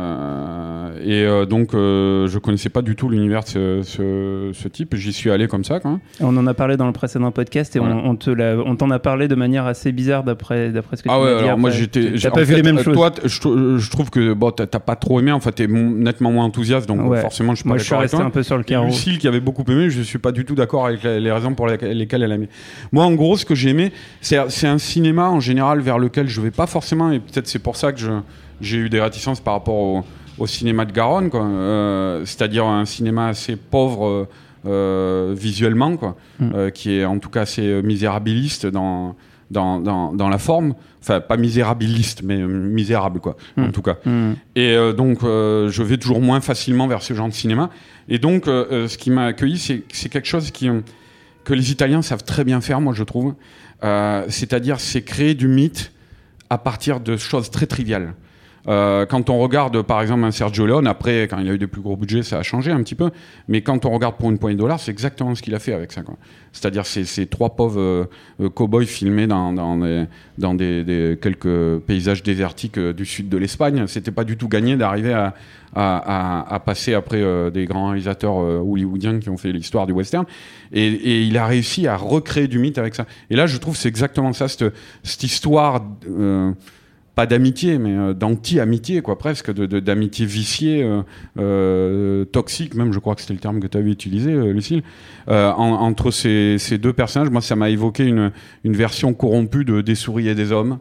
Euh, et euh, donc euh, je connaissais pas du tout l'univers de ce, ce, ce type, j'y suis allé comme ça quoi. On en a parlé dans le précédent podcast et Voilà. on, on te l'a- on t'en a parlé de manière assez bizarre d'après, d'après ce que Ah tu ouais, m'as dit. alors moi après. j'étais. T'as j'ai- pas en vu fait, les mêmes euh, choses. Toi, t- je, trou- je trouve que bon, t'as t'as pas trop aimé, enfin t'es mon- nettement moins enthousiaste, donc Ouais. euh, forcément je suis pas Moi, je suis d'accord avec resté toi. un peu sur le Et carreau. Lucille qui avait beaucoup aimé, je suis pas du tout d'accord avec la- les raisons pour lesquelles lesquelles elle a aimé. Moi en gros ce que j'ai aimé, c'est c'est un cinéma en général vers lequel je vais pas forcément, et peut-être c'est pour ça que je- j'ai eu des réticences par rapport au, au cinéma de Garonne, quoi. Euh, c'est-à-dire un cinéma assez pauvre euh, euh, visuellement, quoi, Mm. euh, qui est en tout cas assez euh, misérabiliste dans, dans, dans, dans la forme. Enfin, pas misérabiliste, mais euh, misérable, quoi, Mm. en tout cas. Mmh. Et euh, donc, euh, je vais toujours moins facilement vers ce genre de cinéma. Et donc, euh, euh, ce qui m'a accueilli, c'est c'est quelque chose qui, euh, que les Italiens savent très bien faire, moi, je trouve. Euh, C'est-à-dire, c'est créer du mythe à partir de choses très triviales. Euh, quand on regarde par exemple un Sergio Leone, après quand il a eu des plus gros budgets ça a changé un petit peu, mais quand on regarde Pour une poignée de dollars, c'est exactement ce qu'il a fait avec ça, quoi. C'est-à-dire ces, ces trois pauvres euh, euh, cow-boys filmés dans, dans, des, dans des, des, quelques paysages désertiques euh, du sud de l'Espagne, c'était pas du tout gagné d'arriver à, à, à, à passer après euh, des grands réalisateurs euh, hollywoodiens qui ont fait l'histoire du western, et, et il a réussi à recréer du mythe avec ça. Et là je trouve que c'est exactement ça, cette, cette histoire euh, pas d'amitié, mais euh, d'anti-amitié, quoi, presque, de, de, d'amitié viciée, euh, euh, toxique, même, je crois que c'était le terme que tu avais utilisé, euh, Lucille, euh, en, entre ces, ces deux personnages. Moi, ça m'a évoqué une, une version corrompue de Des souris et des hommes.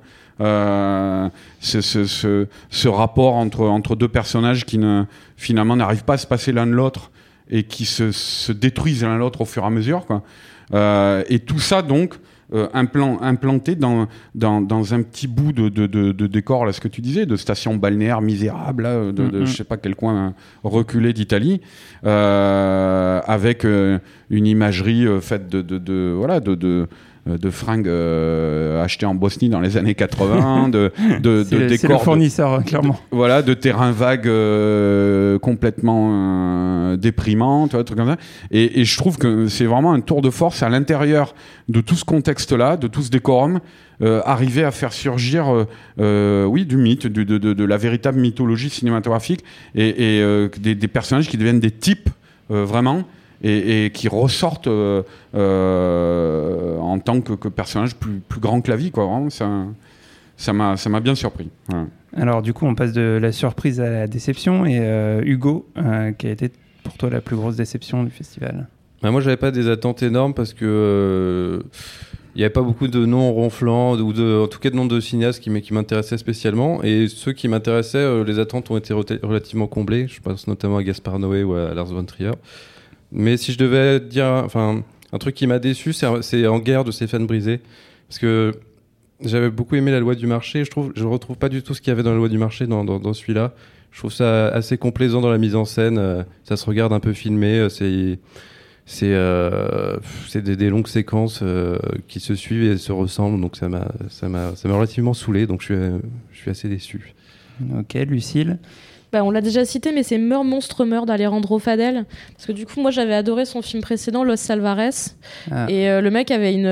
Euh, ce, ce, ce, ce rapport entre, entre deux personnages qui, ne, finalement, n'arrivent pas à se passer l'un de l'autre et qui se, se détruisent l'un l'autre au fur et à mesure, quoi. Euh, et tout ça, donc, euh, implant, implanté dans, dans, dans un petit bout de, de, de, de décor, là, ce que tu disais, de station balnéaire misérable, là, de, de, de je sais pas quel coin reculé d'Italie, euh, avec euh, une imagerie euh, faite de, de, de, voilà, de, de de fringues euh, achetées en Bosnie dans les années quatre-vingts, de, de, c'est de le, décors... C'est le fournisseur, de, clairement. De, voilà, de terrains vagues euh, complètement euh, déprimants, tu vois, trucs comme ça. Et, et je trouve que c'est vraiment un tour de force à l'intérieur de tout ce contexte-là, de tout ce décorum, euh, arriver à faire surgir, euh, euh, oui, du mythe, du, de, de, de la véritable mythologie cinématographique et, et euh, des, des personnages qui deviennent des types, euh, vraiment, Et, et qui ressortent euh, euh, en tant que, que personnage plus, plus grand que la vie, quoi. Vraiment, ça, ça m'a, ça m'a bien surpris. Voilà. Alors du coup, on passe de la surprise à la déception. Et euh, Hugo, euh, quelle a été pour toi la plus grosse déception du festival ? Bah, moi, j'avais pas des attentes énormes parce que euh, il y avait pas beaucoup de noms ronflants ou de, en tout cas de noms de cinéastes qui, qui m'intéressaient spécialement. Et ceux qui m'intéressaient, euh, les attentes ont été re- relativement comblées. Je pense notamment à Gaspar Noé ou à Lars von Trier. Mais si je devais dire, enfin, un truc qui m'a déçu, c'est, c'est En guerre de Stéphane Brisé, parce que j'avais beaucoup aimé La loi du marché. Je trouve, je retrouve pas du tout ce qu'il y avait dans La loi du marché dans, dans, dans celui-là. Je trouve ça assez complaisant dans la mise en scène. Euh, ça se regarde un peu filmé. C'est, c'est, euh, c'est des, des longues séquences euh, qui se suivent et se ressemblent. Donc ça m'a, ça m'a, ça m'a relativement saoulé. Donc je suis, je suis assez déçu. Ok, Lucille. Bah, on l'a déjà cité, mais c'est Meurs, monstre, meurt d'Alejandro Fadel. Parce que du coup, moi, j'avais adoré son film précédent, Los Salvares. Ah. Et euh, le mec avait une,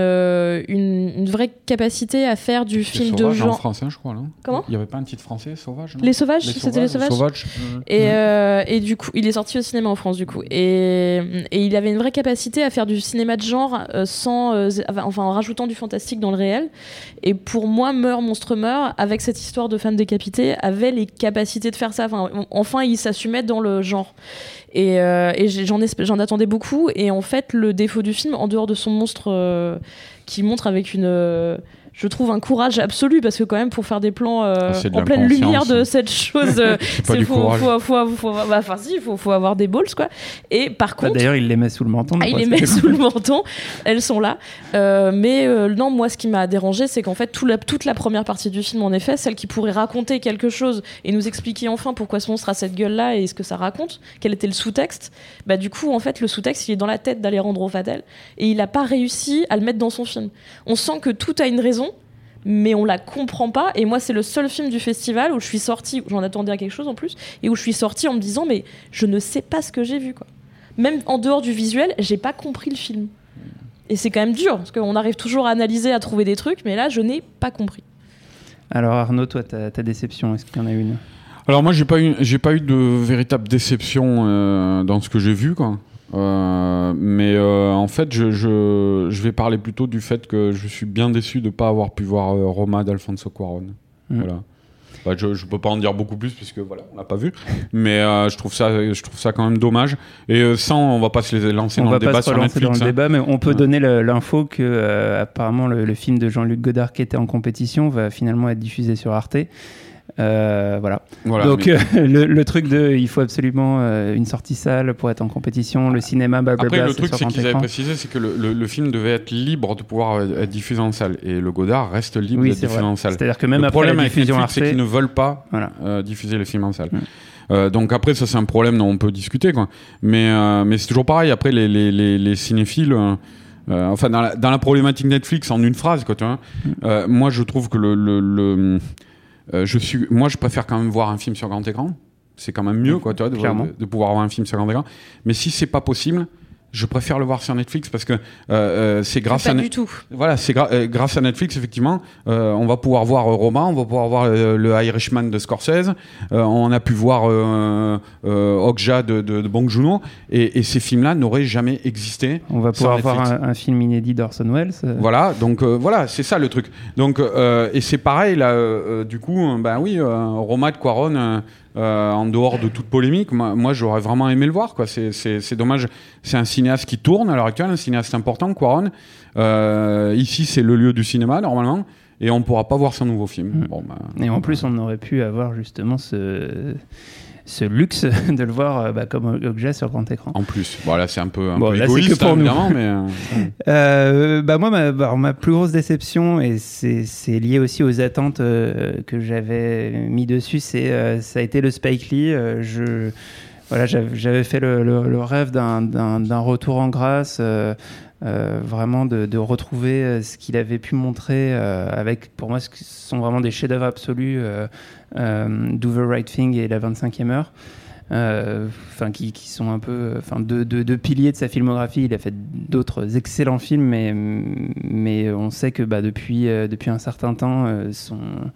une, une vraie capacité à faire du c'est film de genre. En français, je crois, là. Comment ? Il n'y avait pas un titre français, Sauvage, non ? Les Sauvages, les c'était Les Sauvages. sauvages. Et, euh, et du coup, il est sorti au cinéma en France, du coup. Et, et il avait une vraie capacité à faire du cinéma de genre euh, sans, euh, enfin, en rajoutant du fantastique dans le réel. Et pour moi, Meurs, monstre, meurt, avec cette histoire de femme décapitée, avait les capacités de faire ça. Enfin, enfin il s'assumait dans le genre. Et, euh, et j'en, espé- j'en attendais beaucoup. Et en fait, le défaut du film, en dehors de son monstre euh, qui montre avec une... Euh, je trouve un courage absolu, parce que quand même pour faire des plans euh, ah, en pleine lumière de cette chose, euh, c'est pas du faut, courage. faut, faut, faut, faut, bah, enfin si, faut, faut avoir des balls, quoi. Et par contre, bah, d'ailleurs il les met sous le menton. Ah, il les met sous le menton, elles sont là. Euh, mais euh, non, moi ce qui m'a dérangé, c'est qu'en fait tout la, toute la première partie du film, en effet, celle qui pourrait raconter quelque chose et nous expliquer enfin pourquoi ce monstre a cette gueule-là et ce que ça raconte, quel était le sous-texte. Bah du coup en fait le sous-texte il est dans la tête d'Alejandro Fadel et il a pas réussi à le mettre dans son film. On sent que tout a une raison, mais on la comprend pas. Et moi c'est le seul film du festival où je suis sortie, j'en attendais à quelque chose en plus, et où je suis sortie en me disant mais je ne sais pas ce que j'ai vu, quoi. Même en dehors du visuel, j'ai pas compris le film. Et c'est quand même dur, parce qu'on arrive toujours à analyser, à trouver des trucs, mais là je n'ai pas compris. Alors Arnaud, toi ta, ta déception, est-ce qu'il y en a une ? Alors moi j'ai pas eu, j'ai pas eu de véritable déception euh, dans ce que j'ai vu, quoi. Euh, mais euh, en fait je, je, je vais parler plutôt du fait que je suis bien déçu de ne pas avoir pu voir euh, Roma d'Alfonso Cuarón. Mmh. Voilà. Bah, je ne peux pas en dire beaucoup plus puisque voilà, on l'a pas vu, mais euh, je trouve ça, je trouve ça quand même dommage. Et euh, sans, on va pas se les lancer on dans va le débat pas se sur Netflix. Dans le hein. débat, mais on peut ouais. donner le, l'info que euh, apparemment le, le film de Jean-Luc Godard qui était en compétition va finalement être diffusé sur Arte. Euh, voilà. voilà. Donc mais... euh, le, le truc de, il faut absolument euh, une sortie salle pour être en compétition, le cinéma, blablabla. Après le truc c'est qu'ils écran. avaient précisé, c'est que le, le, le film devait être libre de pouvoir être diffusé en salle, et le Godard reste libre oui, d'être diffusé vrai. en salle. C'est-à-dire que même le après problème la diffusion avec Netflix, Arte, c'est qu'ils ne veulent pas voilà. euh, diffuser les films en salle. Mmh. Euh, donc après ça c'est un problème dont on peut discuter, quoi. Mais euh, mais c'est toujours pareil. Après les les les, les cinéphiles. Euh, Euh, enfin, dans la, dans la problématique Netflix, en une phrase, quoi, tu vois, euh, moi, je trouve que le, le, le euh, je suis, moi, je préfère quand même voir un film sur grand écran. C'est quand même mieux, quoi, tu vois, de, de, de pouvoir voir un film sur grand écran. Mais si c'est pas possible, je préfère le voir sur Netflix parce que euh, euh, c'est grâce pas à du tout. Voilà, c'est gra- euh, grâce à Netflix effectivement, euh, on va pouvoir voir euh, Roma, on va pouvoir voir euh, le Irishman de Scorsese, euh, on a pu voir euh, euh, Okja de, de, de Bong Joon-ho, et, et ces films-là n'auraient jamais existé. On va pouvoir voir un, un film inédit d'Orson Welles. Euh... Voilà, donc euh, voilà, c'est ça le truc. Donc euh, et c'est pareil là, euh, du coup, euh, ben oui, euh, Roma de Cuarón. Euh, Euh, en dehors de toute polémique, moi, moi j'aurais vraiment aimé le voir, quoi. C'est, c'est, c'est dommage. C'est un cinéaste qui tourne à l'heure actuelle, un cinéaste important, Cuarón. Euh, ici, c'est le lieu du cinéma normalement, et on ne pourra pas voir son nouveau film. Mmh. Bon, bah, et en plus, on aurait pu avoir justement ce ce luxe de le voir euh, bah, comme objet sur grand écran. En plus, bon là c'est un peu, un bon, peu là, égoïste c'est que pour hein, nous. évidemment, mais euh... euh, bah moi ma, bah, ma plus grosse déception, et c'est, c'est lié aussi aux attentes euh, que j'avais mis dessus, c'est euh, ça a été le Spike Lee. Euh, je voilà, j'avais, j'avais fait le, le, le rêve d'un, d'un, d'un retour en grâce. Euh, Euh, vraiment de, de retrouver euh, ce qu'il avait pu montrer euh, avec, pour moi, ce qui sont vraiment des chefs-d'œuvre absolus, euh, euh, Do the Right Thing et La vingt-cinquième heure, enfin euh, qui, qui sont un peu, enfin deux, deux, deux piliers de sa filmographie. Il a fait d'autres excellents films, mais mais on sait que bah, depuis euh, depuis un certain temps, euh, son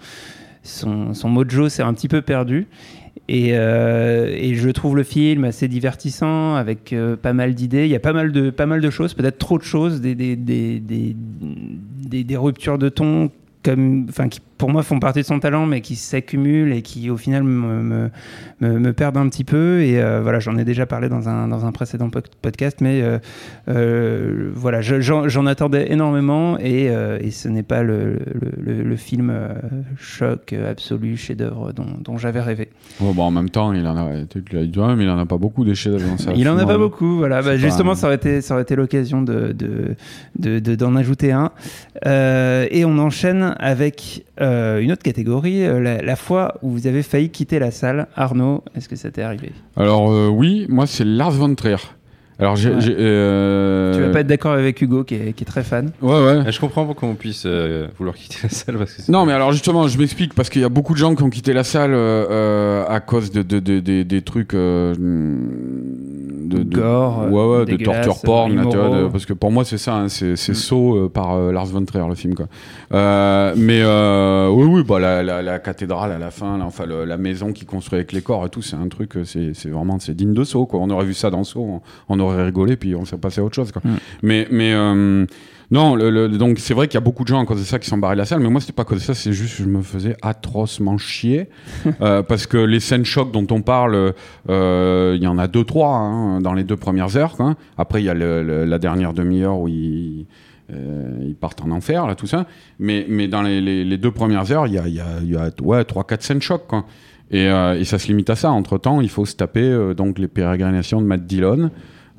son son mojo s'est un petit peu perdu. Et, euh, et je trouve le film assez divertissant, avec euh, pas mal d'idées. Il y a pas mal de, pas mal de choses, peut-être trop de choses, des, des, des, des, des, des ruptures de ton comme, enfin, qui pour moi font partie de son talent, mais qui s'accumulent et qui au final me, me, me, me perdent un petit peu. Et euh, voilà, j'en ai déjà parlé dans un, dans un précédent podcast, mais euh, euh, voilà, je, j'en, j'en attendais énormément, et, euh, et ce n'est pas le, le, le film euh, choc absolu, chef-d'œuvre dont, dont j'avais rêvé. Oh, bah, en même temps, il en a, tu l'as dit toi-même, il en a pas beaucoup des chefs-d'œuvre dans sa Il en a film, pas ouais. beaucoup, voilà. Bah, justement, pas... ça aurait été, ça aurait été l'occasion de, de, de, de, d'en ajouter un. Euh, et on enchaîne avec euh, une autre catégorie, euh, la, la fois où vous avez failli quitter la salle. Arnaud, est-ce que ça t'est arrivé ? Alors euh, oui, moi c'est Lars von Trier. Alors j'ai, ouais. j'ai euh... Tu vas pas être d'accord avec Hugo qui est, qui est très fan. Ouais ouais. Je comprends pourquoi on puisse euh, vouloir quitter la salle parce que c'est non mais alors justement je m'explique parce qu'il y a beaucoup de gens qui ont quitté la salle euh, à cause de, de, de, de des trucs euh, de, de gore, ouais ouais, de torture porn là, tu vois, de, parce que pour moi c'est ça, hein, c'est c'est mm. Saw euh, par euh, Lars von Trier le film quoi. Euh, mais euh, oui oui bah la, la, la cathédrale à la fin, là, enfin le, la maison qui construit avec les corps et tout, c'est un truc, c'est c'est vraiment c'est digne de Saw quoi. On aurait vu ça dans Saw, on, on aurait rigolé puis on s'est passé à autre chose quoi. Mm. Mais mais euh, non le, le, donc c'est vrai qu'il y a beaucoup de gens à cause de ça qui sont barrés de la salle, mais moi c'était pas à cause de ça, c'est juste que je me faisais atrocement chier euh, parce que les scènes chocs dont on parle, il euh, y en a deux trois hein, dans les deux premières heures quoi. Après il y a le, le, la dernière demi-heure où ils Euh, ils partent en enfer là tout ça, mais mais dans les, les, les deux premières heures il y a il y a il y a ouais trois quatre scènes chocs quoi. Et, euh, et ça se limite à ça. Entre temps il faut se taper euh, donc les pérégrinations de Matt Dillon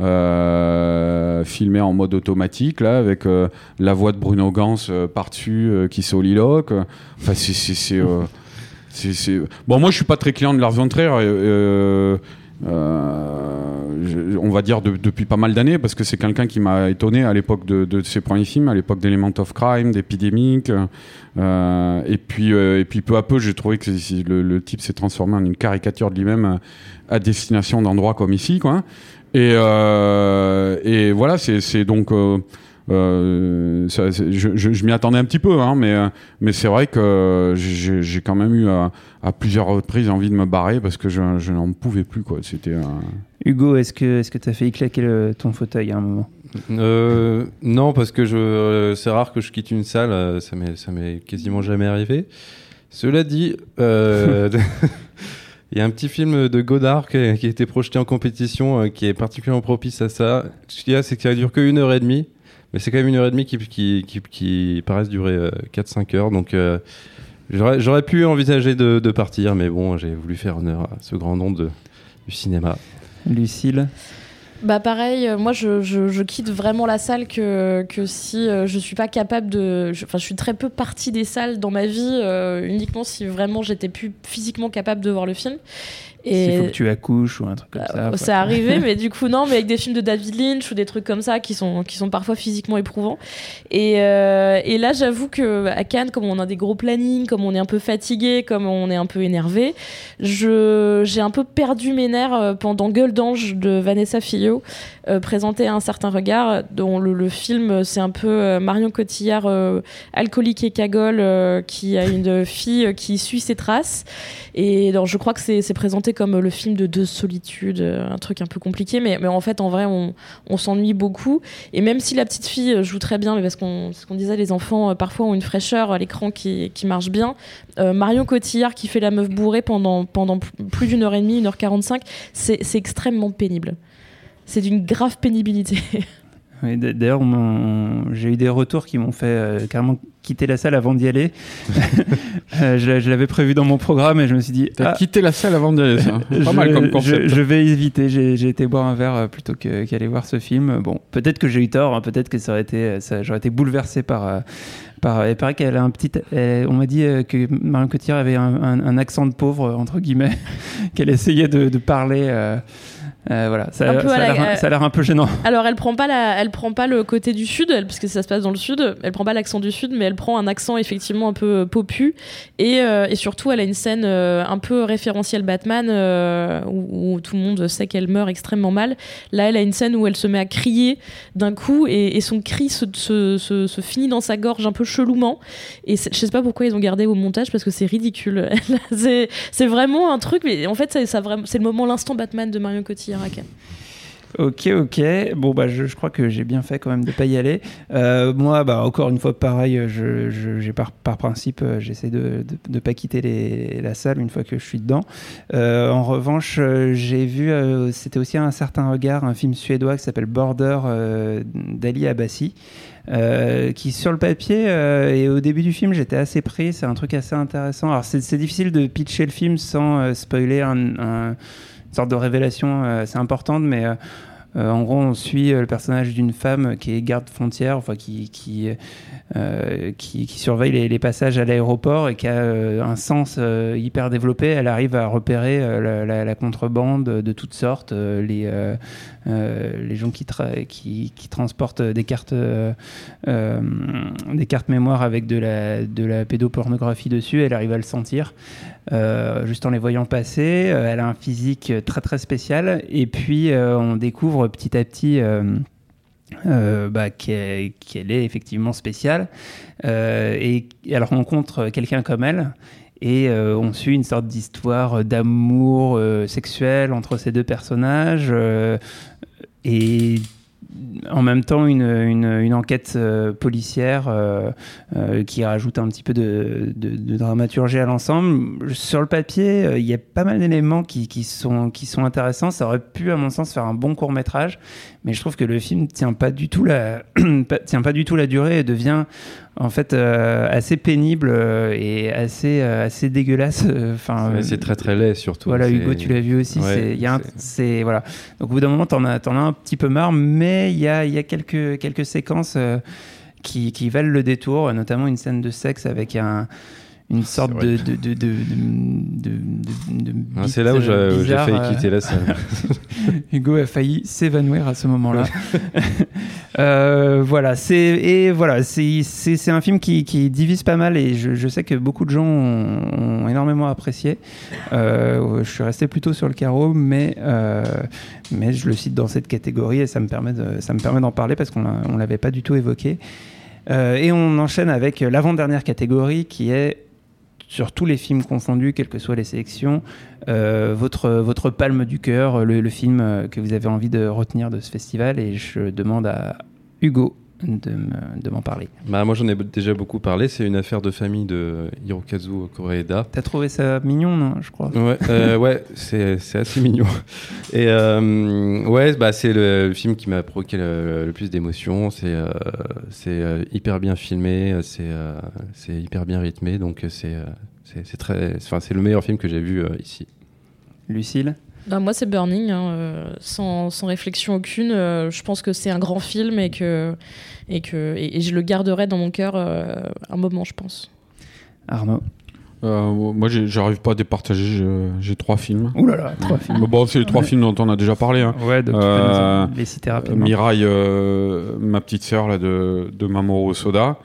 euh, filmé en mode automatique là avec euh, la voix de Bruno Gans euh, par dessus euh, qui soliloque. Enfin c'est c'est c'est, euh, c'est c'est bon, moi je suis pas très client de Lars von Trier euh, Euh, je, on va dire de, depuis pas mal d'années parce que c'est quelqu'un qui m'a étonné à l'époque de, de ses premiers films, à l'époque d'Element of Crime, d'Epidemic euh, et puis euh, et puis peu à peu j'ai trouvé que le, le type s'est transformé en une caricature de lui-même à, à destination d'endroits comme ici quoi. Et euh, et voilà c'est c'est donc euh, Euh, ça, je, je, je m'y attendais un petit peu, hein, mais, mais c'est vrai que j'ai, j'ai quand même eu à, à plusieurs reprises envie de me barrer parce que je, je n'en pouvais plus, quoi. C'était, euh... Hugo, est-ce que est-ce que tu as failli claquer le, ton fauteuil à un moment ? euh, Non, parce que je, euh, c'est rare que je quitte une salle, euh, ça m'est, ça m'est quasiment jamais arrivé. Cela dit, euh, il y a un petit film de Godard qui a, qui a été projeté en compétition euh, qui est particulièrement propice à ça. Ce qu'il y a, c'est que ça dure qu'une heure et demie. Mais c'est quand même une heure et demie qui, qui, qui, qui paraissent durer euh, quatre cinq heures. Donc euh, j'aurais, j'aurais pu envisager de, de partir, mais bon, j'ai voulu faire honneur à ce grand nom de, du cinéma. Lucille ? Bah pareil, euh, moi je, je, je quitte vraiment la salle que, que si euh, je suis pas capable de... Enfin je, je suis très peu partie des salles dans ma vie, euh, uniquement si vraiment j'étais plus physiquement capable de voir le film. Et il faut que tu accouches ou un truc comme euh, ça. C'est arrivé, mais du coup non, mais avec des films de David Lynch ou des trucs comme ça qui sont, qui sont parfois physiquement éprouvants. Et, euh, et là j'avoue qu'à Cannes, comme on a des gros plannings, comme on est un peu fatigué, comme on est un peu énervé, je, j'ai un peu perdu mes nerfs pendant Gueule d'ange de Vanessa Fillot, euh, présenté à Un certain regard, dont le, le film c'est un peu euh, Marion Cotillard euh, alcoolique et cagole euh, qui a une fille qui suit ses traces. Et donc, je crois que c'est, c'est présenté comme le film de deux solitudes, un truc un peu compliqué, mais, mais en fait, en vrai, on, on s'ennuie beaucoup. Et même si la petite fille joue très bien, mais parce qu'on, ce qu'on disait, les enfants, euh, parfois ont une fraîcheur à l'écran qui, qui marche bien. Euh, Marion Cotillard qui fait la meuf bourrée pendant, pendant plus d'une heure et demie, une heure quarante-cinq, c'est, c'est extrêmement pénible. C'est d'une grave pénibilité. Oui, d'ailleurs, on, on, j'ai eu des retours qui m'ont fait euh, carrément quitter la salle avant d'y aller. euh, je, je l'avais prévu dans mon programme et je me suis dit... T'as ah, quitté la salle avant d'y aller, ça. Pas je, mal comme concept. Je, je vais éviter. J'ai, j'ai été boire un verre plutôt que, qu'aller voir ce film. Bon, peut-être que j'ai eu tort. Hein, peut-être que ça aurait été, ça, j'aurais été bouleversé par... Euh, par il paraît qu'elle a un petit... Elle, on m'a dit que Marion Cotillard avait un, un, un accent de pauvre, entre guillemets, qu'elle essayait de, de parler... Euh, Euh, voilà, ça, ça, a l'air, euh, ça a l'air un peu gênant. Alors elle prend pas la, elle prend pas le côté du sud, elle, parce que ça se passe dans le sud. Elle prend pas l'accent du sud, mais elle prend un accent effectivement un peu popu. Et, euh, et surtout, elle a une scène euh, un peu référentielle Batman euh, où, où tout le monde sait qu'elle meurt extrêmement mal. Là, elle a une scène où elle se met à crier d'un coup et, et son cri se, se, se, se finit dans sa gorge un peu chelouement. Et je sais pas pourquoi ils ont gardé au montage parce que c'est ridicule. c'est, c'est vraiment un truc, mais en fait, ça, ça vraiment, c'est le moment, l'instant Batman de Marion Cotillard. Ok, ok. Bon, bah, je, je crois que j'ai bien fait quand même de pas y aller. Euh, moi, bah, encore une fois, pareil, je, je, j'ai par, par principe, j'essaie de ne pas quitter les, la salle une fois que je suis dedans. Euh, en revanche, j'ai vu, euh, c'était aussi Un certain regard, un film suédois qui s'appelle Border euh, d'Ali Abbasi. Euh, qui sur le papier euh, et au début du film j'étais assez pris, c'est un truc assez intéressant. Alors c'est, c'est difficile de pitcher le film sans euh, spoiler un, un, une sorte de révélation euh, assez importante, mais euh, euh, en gros on suit euh, le personnage d'une femme qui est garde frontière, enfin qui qui, euh, qui, qui surveille les, les passages à l'aéroport et qui a euh, un sens euh, hyper développé. Elle arrive à repérer euh, la, la, la contrebande de toutes sortes, euh, les euh, Euh, les gens qui, tra- qui, qui transportent des cartes, euh, euh, des cartes mémoire avec de la, de la pédopornographie dessus, elle arrive à le sentir euh, juste en les voyant passer. Euh, elle a un physique très très spécial et puis euh, on découvre petit à petit euh, euh, bah, qu'elle, qu'elle est effectivement spéciale euh, et elle rencontre quelqu'un comme elle. Et euh, on suit une sorte d'histoire d'amour euh, sexuel entre ces deux personnages euh, et en même temps une, une, une enquête euh, policière euh, euh, qui rajoute un petit peu de, de, de dramaturgie à l'ensemble. Sur le papier, il euh, y a pas mal d'éléments qui, qui, sont, qui sont intéressants. Ça aurait pu, à mon sens, faire un bon court-métrage, mais je trouve que le film tient pas du tout la, tient pas du tout la durée et devient en fait euh, assez pénible euh, et assez, euh, assez dégueulasse. Enfin, euh, c'est très très laid surtout. Voilà, c'est... Hugo, tu l'as vu aussi. Ouais, c'est, y a un, c'est... c'est, voilà. Donc au bout d'un moment, t'en as, t'en as un petit peu marre, mais il y a, y a quelques, quelques séquences euh, qui, qui valent le détour, notamment une scène de sexe avec un... une sorte de, de, de, de, de, de, de, de ah, c'est là où j'ai, bizarre, j'ai failli quitter la salle. Hugo a failli s'évanouir à ce moment-là. euh, voilà, c'est et voilà, c'est c'est, c'est un film qui, qui divise pas mal et je, je sais que beaucoup de gens ont, ont énormément apprécié. Euh, je suis resté plutôt sur le carreau, mais euh, mais je le cite dans cette catégorie et ça me permet de ça me permet d'en parler parce qu'on l'a, on l'avait pas du tout évoqué. Euh, et on enchaîne avec l'avant-dernière catégorie qui est sur tous les films confondus, quelles que soient les sélections, euh, votre, votre palme du cœur, le, le film que vous avez envie de retenir de ce festival. Et je demande à Hugo de, me, de m'en parler. Bah, moi, j'en ai déjà beaucoup parlé. C'est Une affaire de famille de Hirokazu Koreeda. T'as trouvé ça mignon, non, je crois? Ouais, euh, ouais c'est, c'est assez mignon. Et euh, ouais, bah, c'est le, le film qui m'a provoqué le, le plus d'émotions. C'est, euh, c'est euh, hyper bien filmé, c'est, euh, c'est hyper bien rythmé. Donc, c'est, euh, c'est, c'est, très, enfin, c'est le meilleur film que j'ai vu euh, ici. Lucille? Ben moi, c'est Burning, hein, euh, sans, sans réflexion aucune. Euh, je pense que c'est un grand film et que, et que et, et je le garderai dans mon cœur euh, un moment, je pense. Arnaud? Euh, moi, j'ai, j'arrive pas à départager. J'ai, j'ai trois films. Ouh là là, trois films. Bon, c'est les trois ouais. films dont on a déjà parlé. Hein. Ouais, donc euh, tu peux nous les citer rapidement. Mirai, euh, ma petite sœur là, de, de Mamoru Soda.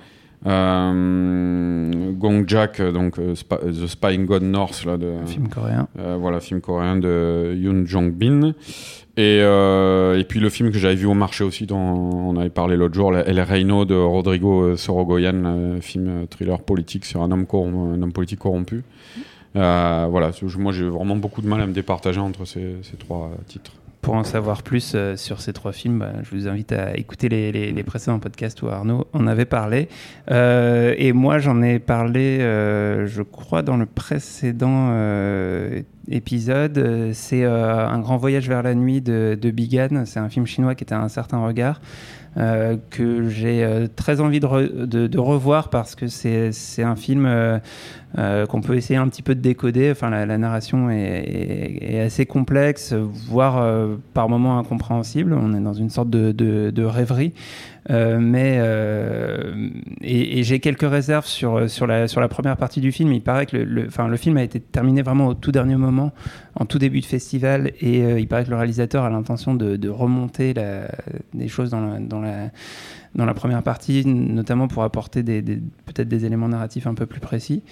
Euh, Gong Jack, donc uh, Sp- The Spying God North, là, de, un film coréen. Euh, voilà, film coréen de Yoon Jong-bin. Et, euh, et puis le film que j'avais vu au marché aussi, dont on avait parlé l'autre jour, El Reino de Rodrigo Sorogoyen, euh, film thriller politique sur un homme, corrom- un homme politique corrompu. Euh, voilà, moi j'ai vraiment beaucoup de mal à me départager entre ces, ces trois titres. Pour en savoir plus euh, sur ces trois films, bah, je vous invite à écouter les, les, les précédents podcasts où Arnaud en avait parlé. Euh, et moi, j'en ai parlé, euh, je crois, dans le précédent euh, épisode. C'est euh, Un grand voyage vers la nuit de, de Bigan. C'est un film chinois qui était Un certain regard. euh, que j'ai euh, très envie de, re- de, de revoir parce que c'est, c'est un film euh, euh, qu'on peut essayer un petit peu de décoder. Enfin, la, la narration est, est, est assez complexe, voire euh, par moments incompréhensible. On est dans une sorte de, de, de rêverie. Euh, mais euh, et, et j'ai quelques réserves sur sur la sur la première partie du film. Il paraît que le, le, enfin, le film a été terminé vraiment au tout dernier moment, en tout début de festival, et euh, il paraît que le réalisateur a l'intention de, de remonter la, des choses dans la, dans la dans la première partie, notamment pour apporter des, des, peut-être des éléments narratifs un peu plus précis.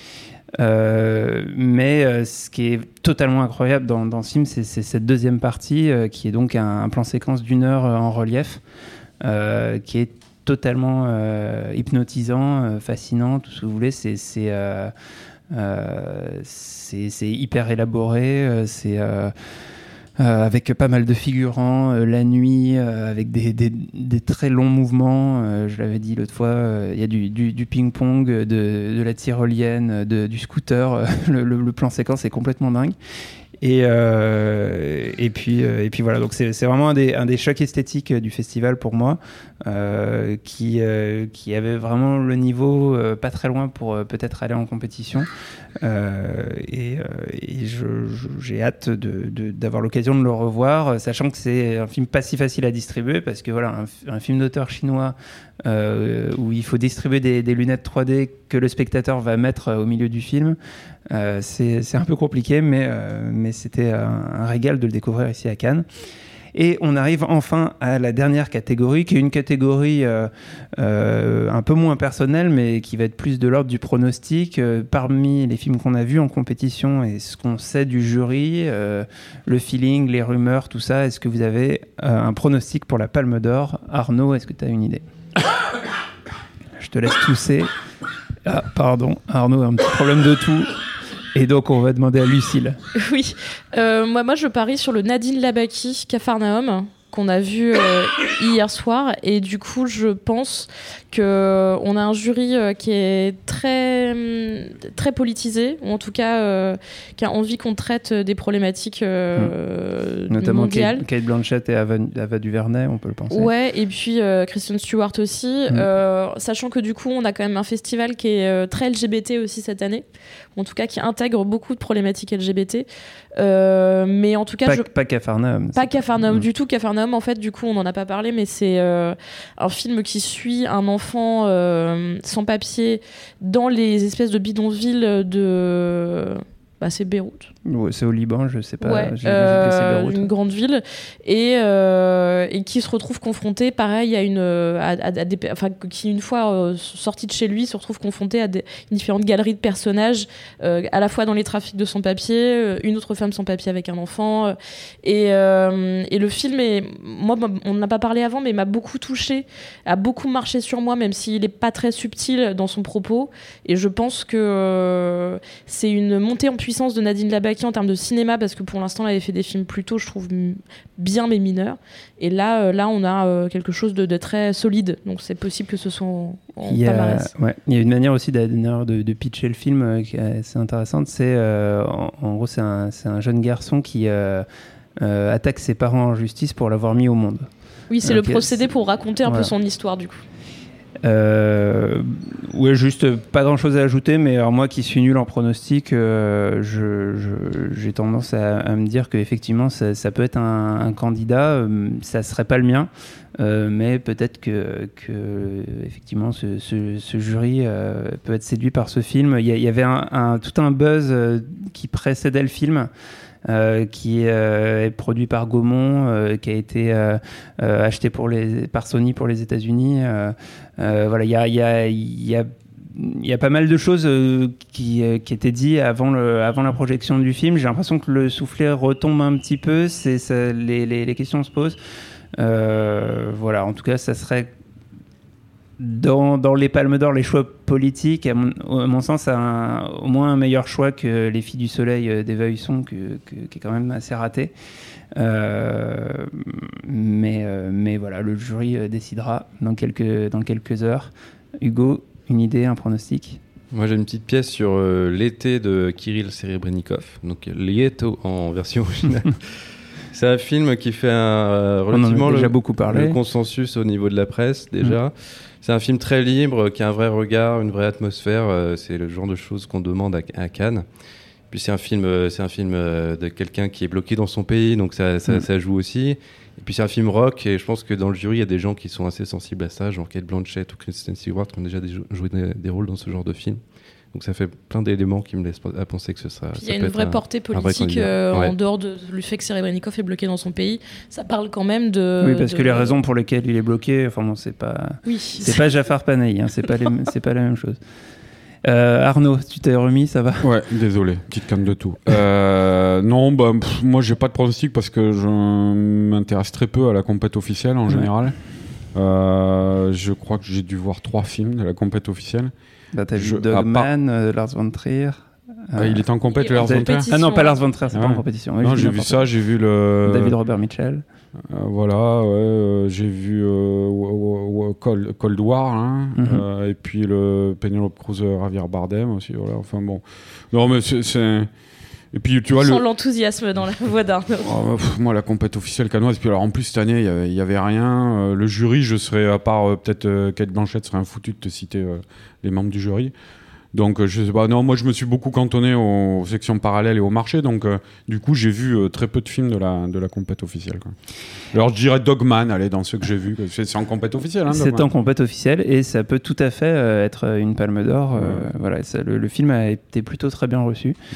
Euh, mais euh, ce qui est totalement incroyable dans, dans ce film, c'est, c'est cette deuxième partie euh, qui est donc un, un plan séquence d'une heure euh, en relief. Euh, qui est totalement euh, hypnotisant, euh, fascinant, tout ce que vous voulez. C'est, c'est, euh, euh, c'est, c'est hyper élaboré, euh, c'est euh, euh, avec pas mal de figurants, euh, la nuit, euh, avec des, des, des très longs mouvements. Euh, je l'avais dit l'autre fois, il euh, y a du, du, du ping-pong, de, de la tyrolienne, de, du scooter. le, le, le plan séquence est complètement dingue. Et, euh, et, puis, euh, et puis voilà, donc c'est, c'est vraiment un des, un des chocs esthétiques du festival pour moi, euh, qui, euh, qui avait vraiment le niveau euh, pas très loin pour euh, peut-être aller en compétition. Euh, et euh, et je, je, j'ai hâte de, de, d'avoir l'occasion de le revoir, sachant que c'est un film pas si facile à distribuer, parce que voilà, un, un film d'auteur chinois euh, où il faut distribuer des, des lunettes trois D que le spectateur va mettre au milieu du film. Euh, c'est, c'est un peu compliqué, mais, euh, mais c'était un, un régal de le découvrir ici à Cannes. Et on arrive enfin à la dernière catégorie, qui est une catégorie euh, euh, un peu moins personnelle, mais qui va être plus de l'ordre du pronostic. Euh, parmi les films qu'on a vus en compétition et ce qu'on sait du jury, euh, le feeling, les rumeurs, tout ça, est-ce que vous avez euh, un pronostic pour la Palme d'Or ? Arnaud, est-ce que tu as une idée ? Je te laisse tousser. Ah, pardon, Arnaud a un petit problème de toux. Et donc, on va demander à Lucille. Oui, euh, moi, moi, je parie sur le Nadine Labaki, Capharnaüm, qu'on a vu euh, hier soir. Et du coup, je pense qu'on a un jury euh, qui est très, très politisé, ou en tout cas, euh, qui a envie qu'on traite des problématiques euh, mmh. Notamment mondiales. Kate, Kate Blanchett et Ava, Ava DuVernay, on peut le penser. Ouais, et puis euh, Kristen Stewart aussi. Mmh. Euh, sachant que du coup, on a quand même un festival qui est euh, très L G B T aussi cette année, ou en tout cas qui intègre beaucoup de problématiques L G B T. Euh, mais en tout cas, pas, je... pas Capharnaüm. Pas Capharnaüm mmh. du tout. Capharnaüm, en fait, du coup, on n'en a pas parlé, mais c'est euh, un film qui suit un enfant euh, sans papier dans les espèces de bidonvilles de... Bah, c'est Beyrouth. Ouais, c'est au Liban, je sais pas. Ouais, j'ai, euh, j'ai c'est Beyrouth. Une grande ville et, euh, et qui se retrouve confronté, pareil, à une, à, à, à des, enfin, qui une fois euh, sorti de chez lui se retrouve confronté à des différentes galeries de personnages, euh, à la fois dans les trafics de sans-papiers, une autre femme sans papier avec un enfant, et, euh, et le film est, moi, on n'a pas parlé avant, mais m'a beaucoup touché, a beaucoup marché sur moi, même s'il est pas très subtil dans son propos, et je pense que euh, c'est une montée en puissance de Nadine Labaki en termes de cinéma, parce que pour l'instant elle avait fait des films plutôt, je trouve, bien mais mineurs, et là, euh, là on a euh, quelque chose de, de très solide, donc c'est possible que ce soit en, en il y a, palmarès. Ouais, il y a une manière aussi de, de, de pitcher le film euh, qui est assez intéressante, c'est euh, en, en gros c'est un, c'est un jeune garçon qui euh, euh, attaque ses parents en justice pour l'avoir mis au monde. Oui, c'est donc, le procédé pour raconter un voilà. peu son histoire du coup. Euh, ouais, juste pas grand chose à ajouter, mais alors moi qui suis nul en pronostic, euh, je, je, j'ai tendance à, à me dire qu'effectivement ça, ça peut être un, un candidat, euh, ça serait pas le mien, euh, mais peut-être que, que effectivement ce, ce, ce jury euh, peut être séduit par ce film. Il y, il y avait un, un, tout un buzz euh, qui précédait le film. Euh, qui euh, est produit par Gaumont, euh, qui a été euh, euh, acheté pour les, par Sony pour les États-Unis. Euh, euh, voilà, il y a, y a, y a, y a pas mal de choses euh, qui, euh, qui étaient dites avant, le, avant la projection du film. J'ai l'impression que le soufflet retombe un petit peu, c'est, ça, les, les, les questions se posent. Euh, voilà, en tout cas, ça serait... Dans, dans les Palmes d'Or, les choix politiques, à mon, à mon sens, a un, au moins un meilleur choix que Les Filles du Soleil d'Eva Husson, que, que, qui est quand même assez raté. Euh, mais, euh, mais voilà, le jury décidera dans quelques, dans quelques heures. Hugo, une idée, un pronostic ? Moi, j'ai une petite pièce sur euh, L'été de Kirill Serebrennikov, donc Lieto en version originale. C'est un film qui fait un, euh, relativement On en a déjà le, beaucoup parlé. le consensus au niveau de la presse déjà. Mmh. C'est un film très libre, qui a un vrai regard, une vraie atmosphère. Euh, c'est le genre de choses qu'on demande à, à Cannes. Puis c'est un film, euh, c'est un film euh, de quelqu'un qui est bloqué dans son pays, donc ça, ça, mmh. ça joue aussi. Et puis c'est un film rock, et je pense que dans le jury, il y a des gens qui sont assez sensibles à ça, genre Cate Blanchett ou Kristen Stewart, qui ont déjà des, joué des, des rôles dans ce genre de film. Donc ça fait plein d'éléments qui me laissent à penser que ce sera. Il y a une vraie un, portée politique euh, ouais. en dehors de, du fait que Serebrennikov est bloqué dans son pays. Ça parle quand même de. Oui, parce de... que les raisons pour lesquelles il est bloqué, enfin bon, c'est pas. Oui. C'est pas Jafar Panahi, hein, c'est pas les, c'est pas la même chose. Euh, Arnaud, tu t'es remis, ça va ? Ouais, désolé, petite canne de tout. Euh, non, bah, pff, moi j'ai pas de pronostic parce que je m'intéresse très peu à la compète officielle en ouais. général. Euh, je crois que j'ai dû voir trois films de la compète officielle. Bah, t'as vu Dogman, part... euh, Lars von Trier. Ah, il est en compète, Lars von Trier. Ah non, pas Lars von Trier, c'est ah, pas ouais. en compétition. Ouais, non, j'ai vu ça, j'ai vu le. David Robert Mitchell. Euh, voilà, ouais, euh, j'ai vu euh, Cold, Cold War, hein, mm-hmm. euh, et puis le Penelope Cruz, Javier Bardem aussi, voilà. Enfin bon, non mais c'est, c'est... et puis tu vois sans le... l'enthousiasme dans la voix d'Arnaud. Oh, pff, moi la compète officielle canoise, puis alors en plus cette année il y avait, il y avait rien. Euh, le jury, je serais à part euh, peut-être euh, Cate Blanchett serait un foutu de te citer euh, les membres du jury. Donc, euh, je sais pas, non, moi je me suis beaucoup cantonné aux sections parallèles et au marché, donc euh, du coup j'ai vu euh, très peu de films de la, de la compète officielle, quoi. Alors je dirais Dogman, allez, dans ceux que j'ai vus, c'est, c'est en compète officielle. Hein, c'est en compète officielle et ça peut tout à fait euh, être une palme d'or. Euh, ouais. Voilà, ça, le, le film a été plutôt très bien reçu. Mmh.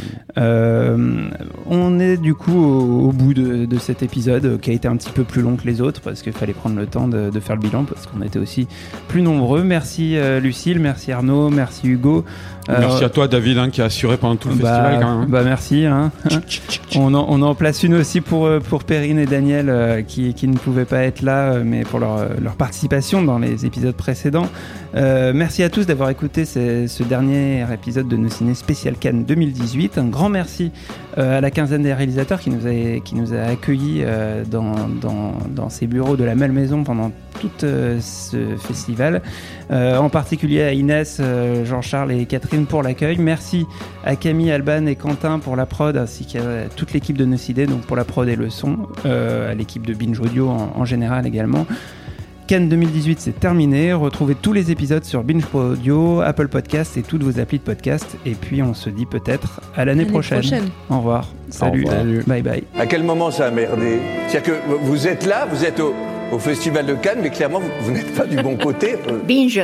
Euh, on est du coup au, au bout de, de cet épisode euh, qui a été un petit peu plus long que les autres parce qu'il fallait prendre le temps de, de faire le bilan parce qu'on était aussi plus nombreux. Merci euh, Lucille, merci Arnaud, merci Hugo. Merci euh, à toi David hein, qui a assuré pendant tout le bah, festival quand même. Hein. Bah merci. Hein. on, en, on en place une aussi pour, pour Perrine et Daniel euh, qui, qui ne pouvaient pas être là mais pour leur, leur participation dans les épisodes précédents. Euh, merci à tous d'avoir écouté ce, ce dernier épisode de Nos Ciné spécial Cannes deux mille dix-huit. Un grand merci euh, à la quinzaine des réalisateurs qui nous a, qui nous a accueillis euh, dans, dans, dans ces bureaux de la Malmaison pendant tout euh, ce festival. Euh, en particulier à Inès, euh, Jean-Charles et Catherine pour l'accueil. Merci à Camille, Alban et Quentin pour la prod, ainsi qu'à toute l'équipe de Nocidé, donc pour la prod et le son, euh, à l'équipe de Binge Audio en, en général également. Cannes deux mille dix-huit, c'est terminé. Retrouvez tous les épisodes sur Binge Audio, Apple Podcasts et toutes vos applis de podcast. Et puis on se dit peut-être à l'année, l'année prochaine. prochaine. Au revoir. Salut. Au revoir. Salut. Bye bye. À quel moment ça a merdé ? C'est-à-dire que vous êtes là, vous êtes au, au Festival de Cannes, mais clairement vous, vous n'êtes pas du bon côté. Binge.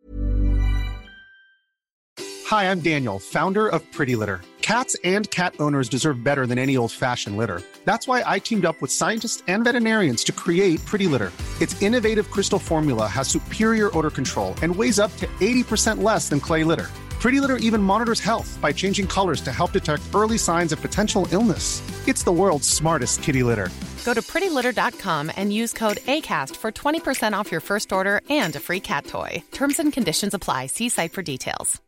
Hi, I'm Daniel, founder of Pretty Litter. Cats and cat owners deserve better than any old-fashioned litter. That's why I teamed up with scientists and veterinarians to create Pretty Litter. Its innovative crystal formula has superior odor control and weighs up to eighty percent less than clay litter. Pretty Litter even monitors health by changing colors to help detect early signs of potential illness. It's the world's smartest kitty litter. Go to pretty litter dot com and use code ACAST for twenty percent off your first order and a free cat toy. Terms and conditions apply. See site for details.